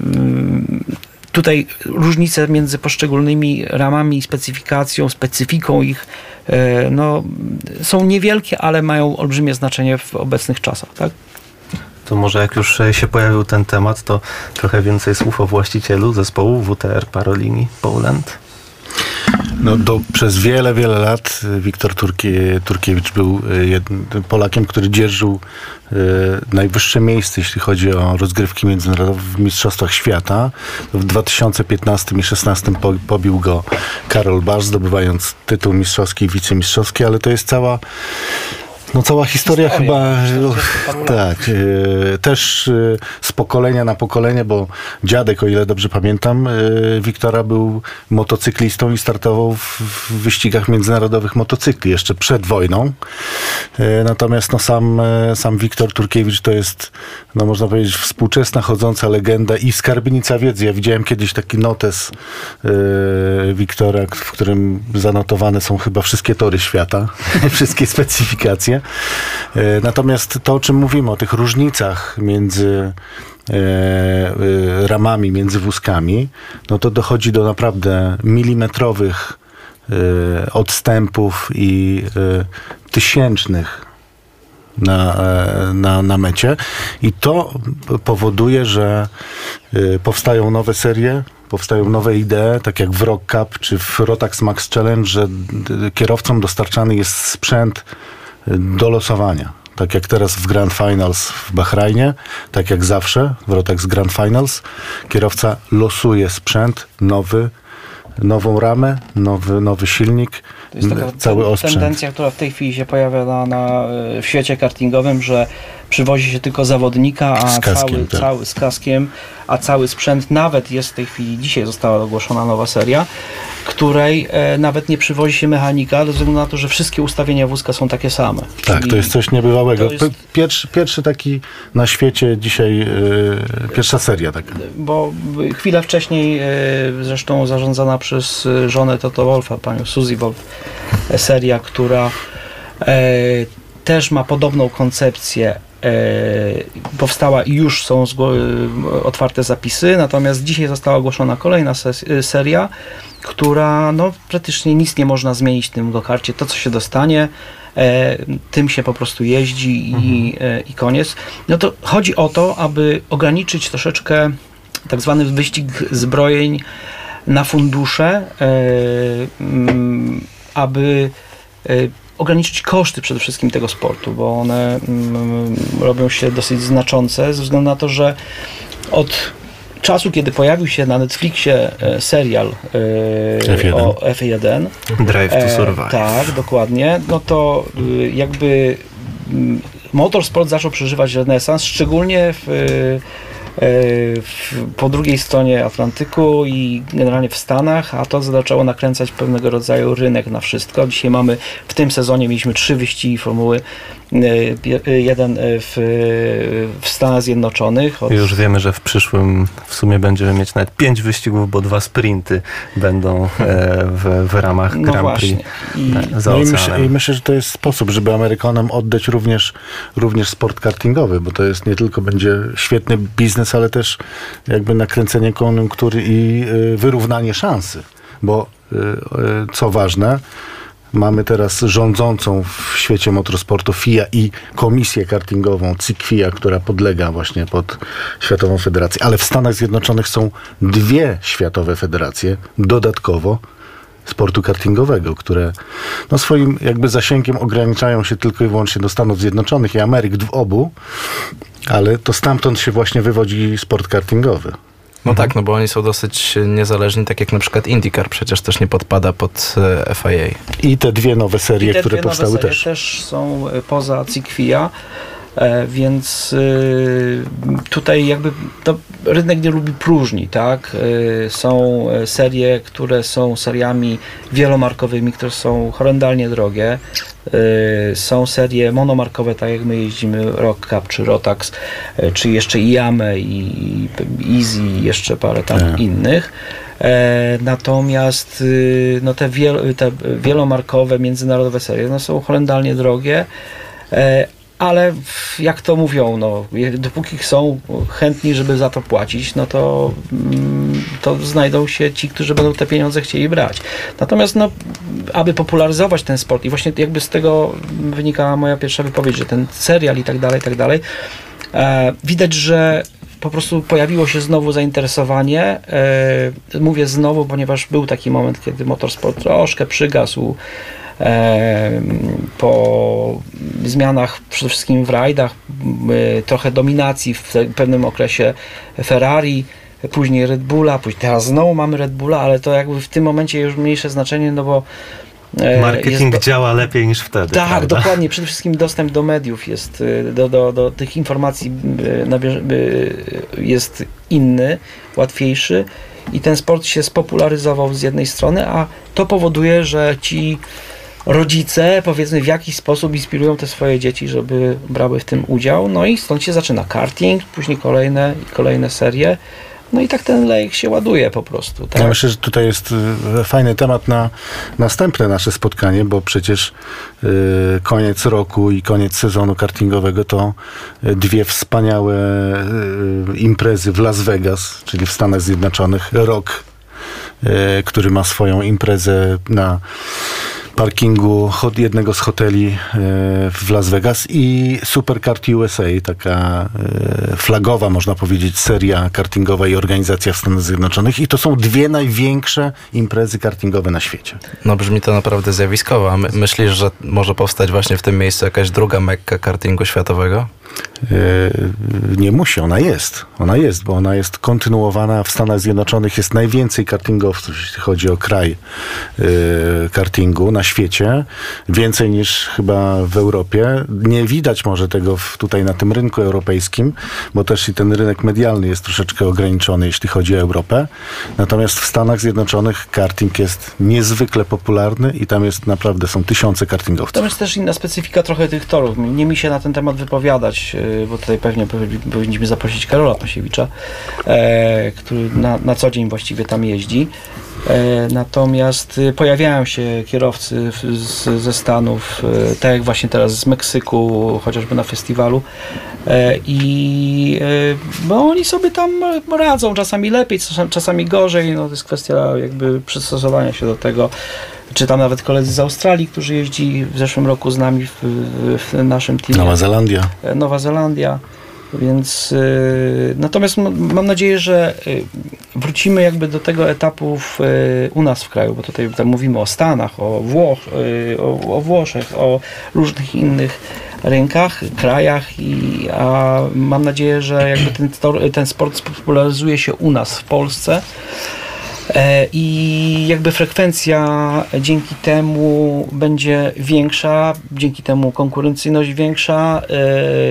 tutaj różnice między poszczególnymi ramami, specyfikacją, specyfiką ich no, są niewielkie, ale mają olbrzymie znaczenie w obecnych czasach, tak? To może jak już się pojawił ten temat, to trochę więcej słów o właścicielu zespołu W T R Parolini Poland. No, do, przez wiele, wiele lat Wiktor Turkie, Turkiewicz był jednym, Polakiem, który dzierżył e, najwyższe miejsce, jeśli chodzi o rozgrywki międzynarodowe w Mistrzostwach Świata. W dwa tysiące piętnastym i dwa tysiące szesnastym po, pobił go Karol Barsz, zdobywając tytuł mistrzowski i wicemistrzowski, ale to jest cała No cała historia, historia chyba, tak, e, też e, z pokolenia na pokolenie, bo dziadek, o ile dobrze pamiętam, e, Wiktora był motocyklistą i startował w, w wyścigach międzynarodowych motocykli jeszcze przed wojną. E, natomiast no, sam, e, sam Wiktor Turkiewicz to jest, no można powiedzieć, współczesna, chodząca legenda i skarbnica wiedzy. Ja widziałem kiedyś taki notes e, Wiktora, w którym zanotowane są chyba wszystkie tory świata, wszystkie specyfikacje. Natomiast to, o czym mówimy, o tych różnicach między ramami, między wózkami, no to dochodzi do naprawdę milimetrowych odstępów i tysięcznych na, na, na mecie. I to powoduje, że powstają nowe serie, powstają nowe idee, tak jak w Rock Cup czy w Rotax Max Challenge, że kierowcom dostarczany jest sprzęt do losowania. Tak jak teraz w Grand Finals w Bahrajnie, tak jak zawsze w Rotax Grand Finals, kierowca losuje sprzęt nowy, nową ramę, nowy, nowy silnik, to jest taka cały osprzęt. Tendencja, która w tej chwili się pojawia na, na, w świecie kartingowym, że przywozi się tylko zawodnika, a z kaskiem, cały, tak. cały z kaskiem, a cały sprzęt, nawet jest w tej chwili, dzisiaj została ogłoszona nowa seria, której e, nawet nie przywozi się mechanika, ze względu na to, że wszystkie ustawienia wózka są takie same. Tak, Czyli to jest coś niebywałego. jest... Pierwszy, pierwszy taki na świecie dzisiaj, e, pierwsza seria taka. Bo chwilę wcześniej, e, zresztą zarządzana przez żonę Toto Wolfa, panią Suzy Wolf, e, seria, która e, też ma podobną koncepcję, powstała i już są otwarte zapisy, natomiast dzisiaj została ogłoszona kolejna seria, która no praktycznie nic nie można zmienić w tym go-karcie. To, co się dostanie, tym się po prostu jeździ i, mhm. i koniec. No to chodzi o to, aby ograniczyć troszeczkę tak zwany wyścig zbrojeń na fundusze, aby ograniczyć koszty przede wszystkim tego sportu, bo one mm, robią się dosyć znaczące ze względu na to, że od czasu, kiedy pojawił się na Netflixie e, serial e, F jeden. o F jeden. Drive to Survive. E, tak, dokładnie. No to y, jakby m, motorsport zaczął przeżywać renesans, szczególnie w W, po drugiej stronie Atlantyku i generalnie w Stanach, a to zaczęło nakręcać pewnego rodzaju rynek na wszystko. Dzisiaj mamy, w tym sezonie mieliśmy trzy wyścigi Formuły jeden w, w Stanach Zjednoczonych. Od... Już wiemy, że w przyszłym w sumie będziemy mieć nawet pięć wyścigów, bo dwa sprinty będą w, w ramach no Grand Prix I, za no i, oceanem. myślę, I myślę, że to jest sposób, żeby Amerykanom oddać również, również sport kartingowy, bo to jest nie tylko będzie świetny biznes, ale też jakby nakręcenie koniunktury i wyrównanie szansy. Bo co ważne, mamy teraz rządzącą w świecie motorsportu F I A i komisję kartingową C I K F I A, która podlega właśnie pod Światową Federację. Ale w Stanach Zjednoczonych są dwie światowe federacje dodatkowo sportu kartingowego, które no swoim jakby zasięgiem ograniczają się tylko i wyłącznie do Stanów Zjednoczonych i Ameryk w obu, ale to stamtąd się właśnie wywodzi sport kartingowy. No mhm. tak, no bo oni są dosyć niezależni, tak jak na przykład IndyCar przecież też nie podpada pod F I A. I te dwie nowe serie, I te które dwie powstały nowe serie też. też są poza C I K F I A, więc tutaj jakby to rynek nie lubi próżni, tak? Są serie, które są seriami wielomarkowymi, które są horrendalnie drogie. Są serie monomarkowe, tak jak my jeździmy Rock Cup, czy Rotax, czy jeszcze i Yame, i Easy, i jeszcze parę tam tak. innych. Natomiast no, te, wiel, te wielomarkowe, międzynarodowe serie no, są horrendalnie drogie, ale jak to mówią, no, dopóki są chętni, żeby za to płacić, no to, to znajdą się ci, którzy będą te pieniądze chcieli brać. Natomiast no, aby popularyzować ten sport i właśnie jakby z tego wynika moja pierwsza wypowiedź, że ten serial i tak dalej, i tak dalej, e, widać, że po prostu pojawiło się znowu zainteresowanie. E, mówię znowu, ponieważ był taki moment, kiedy motorsport troszkę przygasł po zmianach przede wszystkim w rajdach, trochę dominacji w pewnym okresie Ferrari, później Red Bulla, później teraz znowu mamy Red Bulla, ale to jakby w tym momencie już mniejsze znaczenie, no bo marketing do... działa lepiej niż wtedy. Tak, prawda? Dokładnie. Przede wszystkim dostęp do mediów jest, do, do, do tych informacji jest inny, łatwiejszy i ten sport się spopularyzował z jednej strony, a to powoduje, że ci rodzice, powiedzmy, w jakiś sposób inspirują te swoje dzieci, żeby brały w tym udział. No i stąd się zaczyna karting, później kolejne i kolejne serie. No i tak ten lejek się ładuje po prostu. Tak? Ja myślę, że tutaj jest fajny temat na następne nasze spotkanie, bo przecież y, koniec roku i koniec sezonu kartingowego to dwie wspaniałe y, imprezy w Las Vegas, czyli w Stanach Zjednoczonych. Rok, y, który ma swoją imprezę na parkingu jednego z hoteli w Las Vegas i Superkart U S A, taka flagowa, można powiedzieć, seria kartingowa i organizacja w Stanach Zjednoczonych i to są dwie największe imprezy kartingowe na świecie. No brzmi to naprawdę zjawiskowo. A my, myślisz, że może powstać właśnie w tym miejscu jakaś druga Mekka kartingu światowego? Nie musi, ona jest. Ona jest, bo ona jest kontynuowana. W Stanach Zjednoczonych jest najwięcej kartingowców, jeśli chodzi o kraj kartingu na świecie. Więcej niż chyba w Europie. Nie widać może tego w, tutaj na tym rynku europejskim, bo też i ten rynek medialny jest troszeczkę ograniczony, jeśli chodzi o Europę. Natomiast w Stanach Zjednoczonych karting jest niezwykle popularny i tam jest naprawdę, są tysiące kartingowców. Tam jest też inna specyfika trochę tych torów. Nie mi się na ten temat wypowiadać, bo tutaj pewnie powinniśmy zaprosić Karola Pasiewicza, e, który na, na co dzień właściwie tam jeździ. E, natomiast pojawiają się kierowcy z, ze Stanów, e, tak jak właśnie teraz z Meksyku, chociażby na festiwalu e, i e, bo oni sobie tam radzą, czasami lepiej, czasami gorzej, no to jest kwestia jakby przystosowania się do tego. Czy tam nawet koledzy z Australii, którzy jeździli w zeszłym roku z nami w, w naszym teamie. Nowa Zelandia. Nowa Zelandia. Więc yy, natomiast m- mam nadzieję, że yy, wrócimy jakby do tego etapu w, yy, u nas w kraju, bo tutaj tam mówimy o Stanach, o, Włoch, yy, o, o Włoszech, o różnych innych rynkach, krajach, i, a mam nadzieję, że jakby ten, ten sport spopularyzuje się u nas w Polsce. I jakby frekwencja dzięki temu będzie większa, dzięki temu konkurencyjność większa,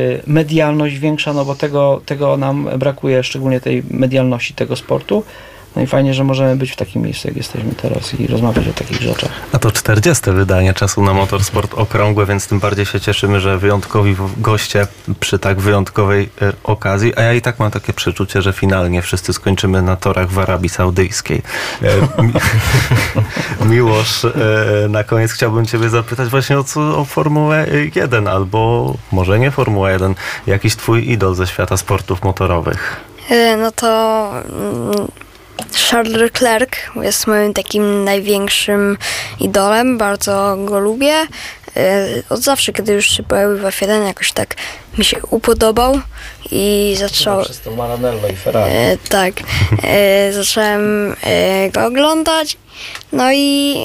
medialność większa, no bo tego, tego nam brakuje, szczególnie tej medialności tego sportu. No i fajnie, że możemy być w takim miejscu, jak jesteśmy teraz i rozmawiać o takich rzeczach. A to czterdzieste wydanie Czasu na Motorsport okrągłe, więc tym bardziej się cieszymy, że wyjątkowi goście przy tak wyjątkowej e, okazji. A ja i tak mam takie przeczucie, że finalnie wszyscy skończymy na torach w Arabii Saudyjskiej. E, mi, Miłosz, e, na koniec chciałbym ciebie zapytać właśnie o, co, o Formułę jeden, albo może nie Formuła jeden, jakiś twój idol ze świata sportów motorowych. Y, No to mm, Charles Leclerc jest moim takim największym idolem, bardzo go lubię. Y, Od zawsze, kiedy już się pojawił w F jeden, jakoś tak mi się upodobał i zaczął... Przez to Maranello i Ferrari. E, tak. E, zacząłem e, go oglądać. No i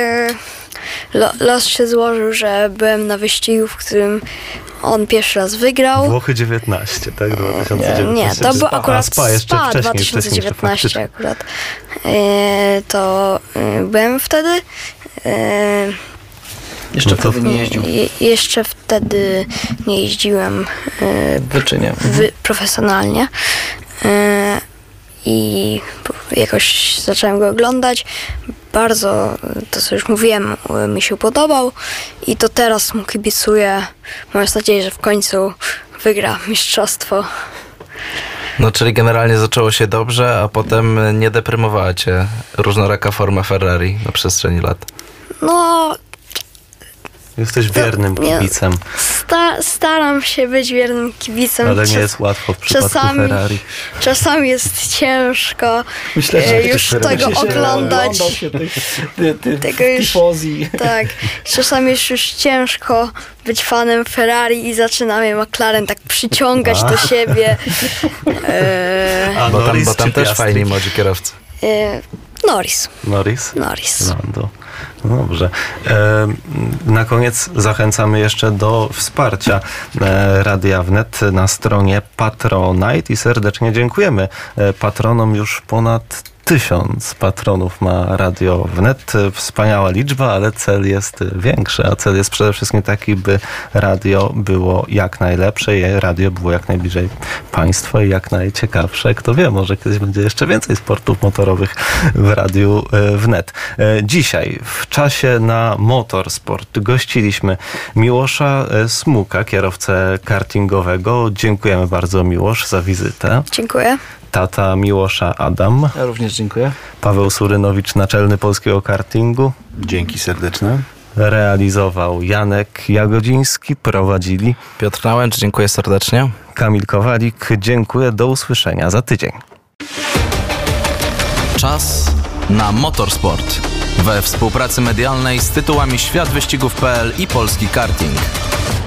e, lo, los się złożył, że byłem na wyścigu, w którym on pierwszy raz wygrał. Włochy dziewiętnaście, tak? dwa tysiące dziewiętnaście. Nie, to był akurat Spa, jeszcze Spa wcześniej, dwa tysiące wcześniej, dziewiętnaście faktycznie. akurat. E, to e, byłem wtedy. E, Jeszcze No to- wtedy nie jeździł. je, jeszcze wtedy nie jeździłem e, W wyczynie. wy, profesjonalnie e, i po- jakoś zacząłem go oglądać. Bardzo, to co już mówiłem, e, mi się podobał i to teraz mu kibicuję. Mam nadzieję, że w końcu wygra mistrzostwo. No, czyli generalnie zaczęło się dobrze, a potem nie deprymowała cię różnoraka forma Ferrari na przestrzeni lat. No, Jesteś wiernym nie. kibicem, sta, staram się być wiernym kibicem. ale nie Czas- jest łatwo w przypadku czasami- Ferrari. Czasami jest ciężko Myślę, że e, już tego oglądać. Oglądał się tych, ty, ty, Tego już- tifozji. Tak, czasami jest już ciężko być fanem Ferrari i zaczyna mnie McLaren tak przyciągać A. do siebie. E, A Bo tam, Norris bo tam czy też Piastri? fajni młodzi kierowcy. e, Norris, Norris? Norris. Lando. No dobrze. E, na koniec zachęcamy jeszcze do wsparcia e, Radia Wnet na stronie Patronite i serdecznie dziękujemy e, patronom. Już ponad tysiąc patronów ma Radio Wnet. Wspaniała liczba, ale cel jest większy, a cel jest przede wszystkim taki, by radio było jak najlepsze i radio było jak najbliżej państwa i jak najciekawsze. Kto wie, może kiedyś będzie jeszcze więcej sportów motorowych w Radiu e, Wnet. E, Dzisiaj w czasie na Motorsport gościliśmy Miłosza e, Smuka, kierowcę kartingowego. Dziękujemy bardzo, Miłosz, za wizytę. Dziękuję. Tata Miłosza Adam, Ja również dziękuję. Paweł Surynowicz, naczelny polskiego kartingu. Dzięki serdeczne. Realizował Janek Jagodziński, prowadzili Piotr Nałęcz, dziękuję serdecznie. Kamil Kowalik. Dziękuję, do usłyszenia za tydzień. Czas na motorsport. We współpracy medialnej z tytułami Świat Wyścigów kropka p l i Polski Karting.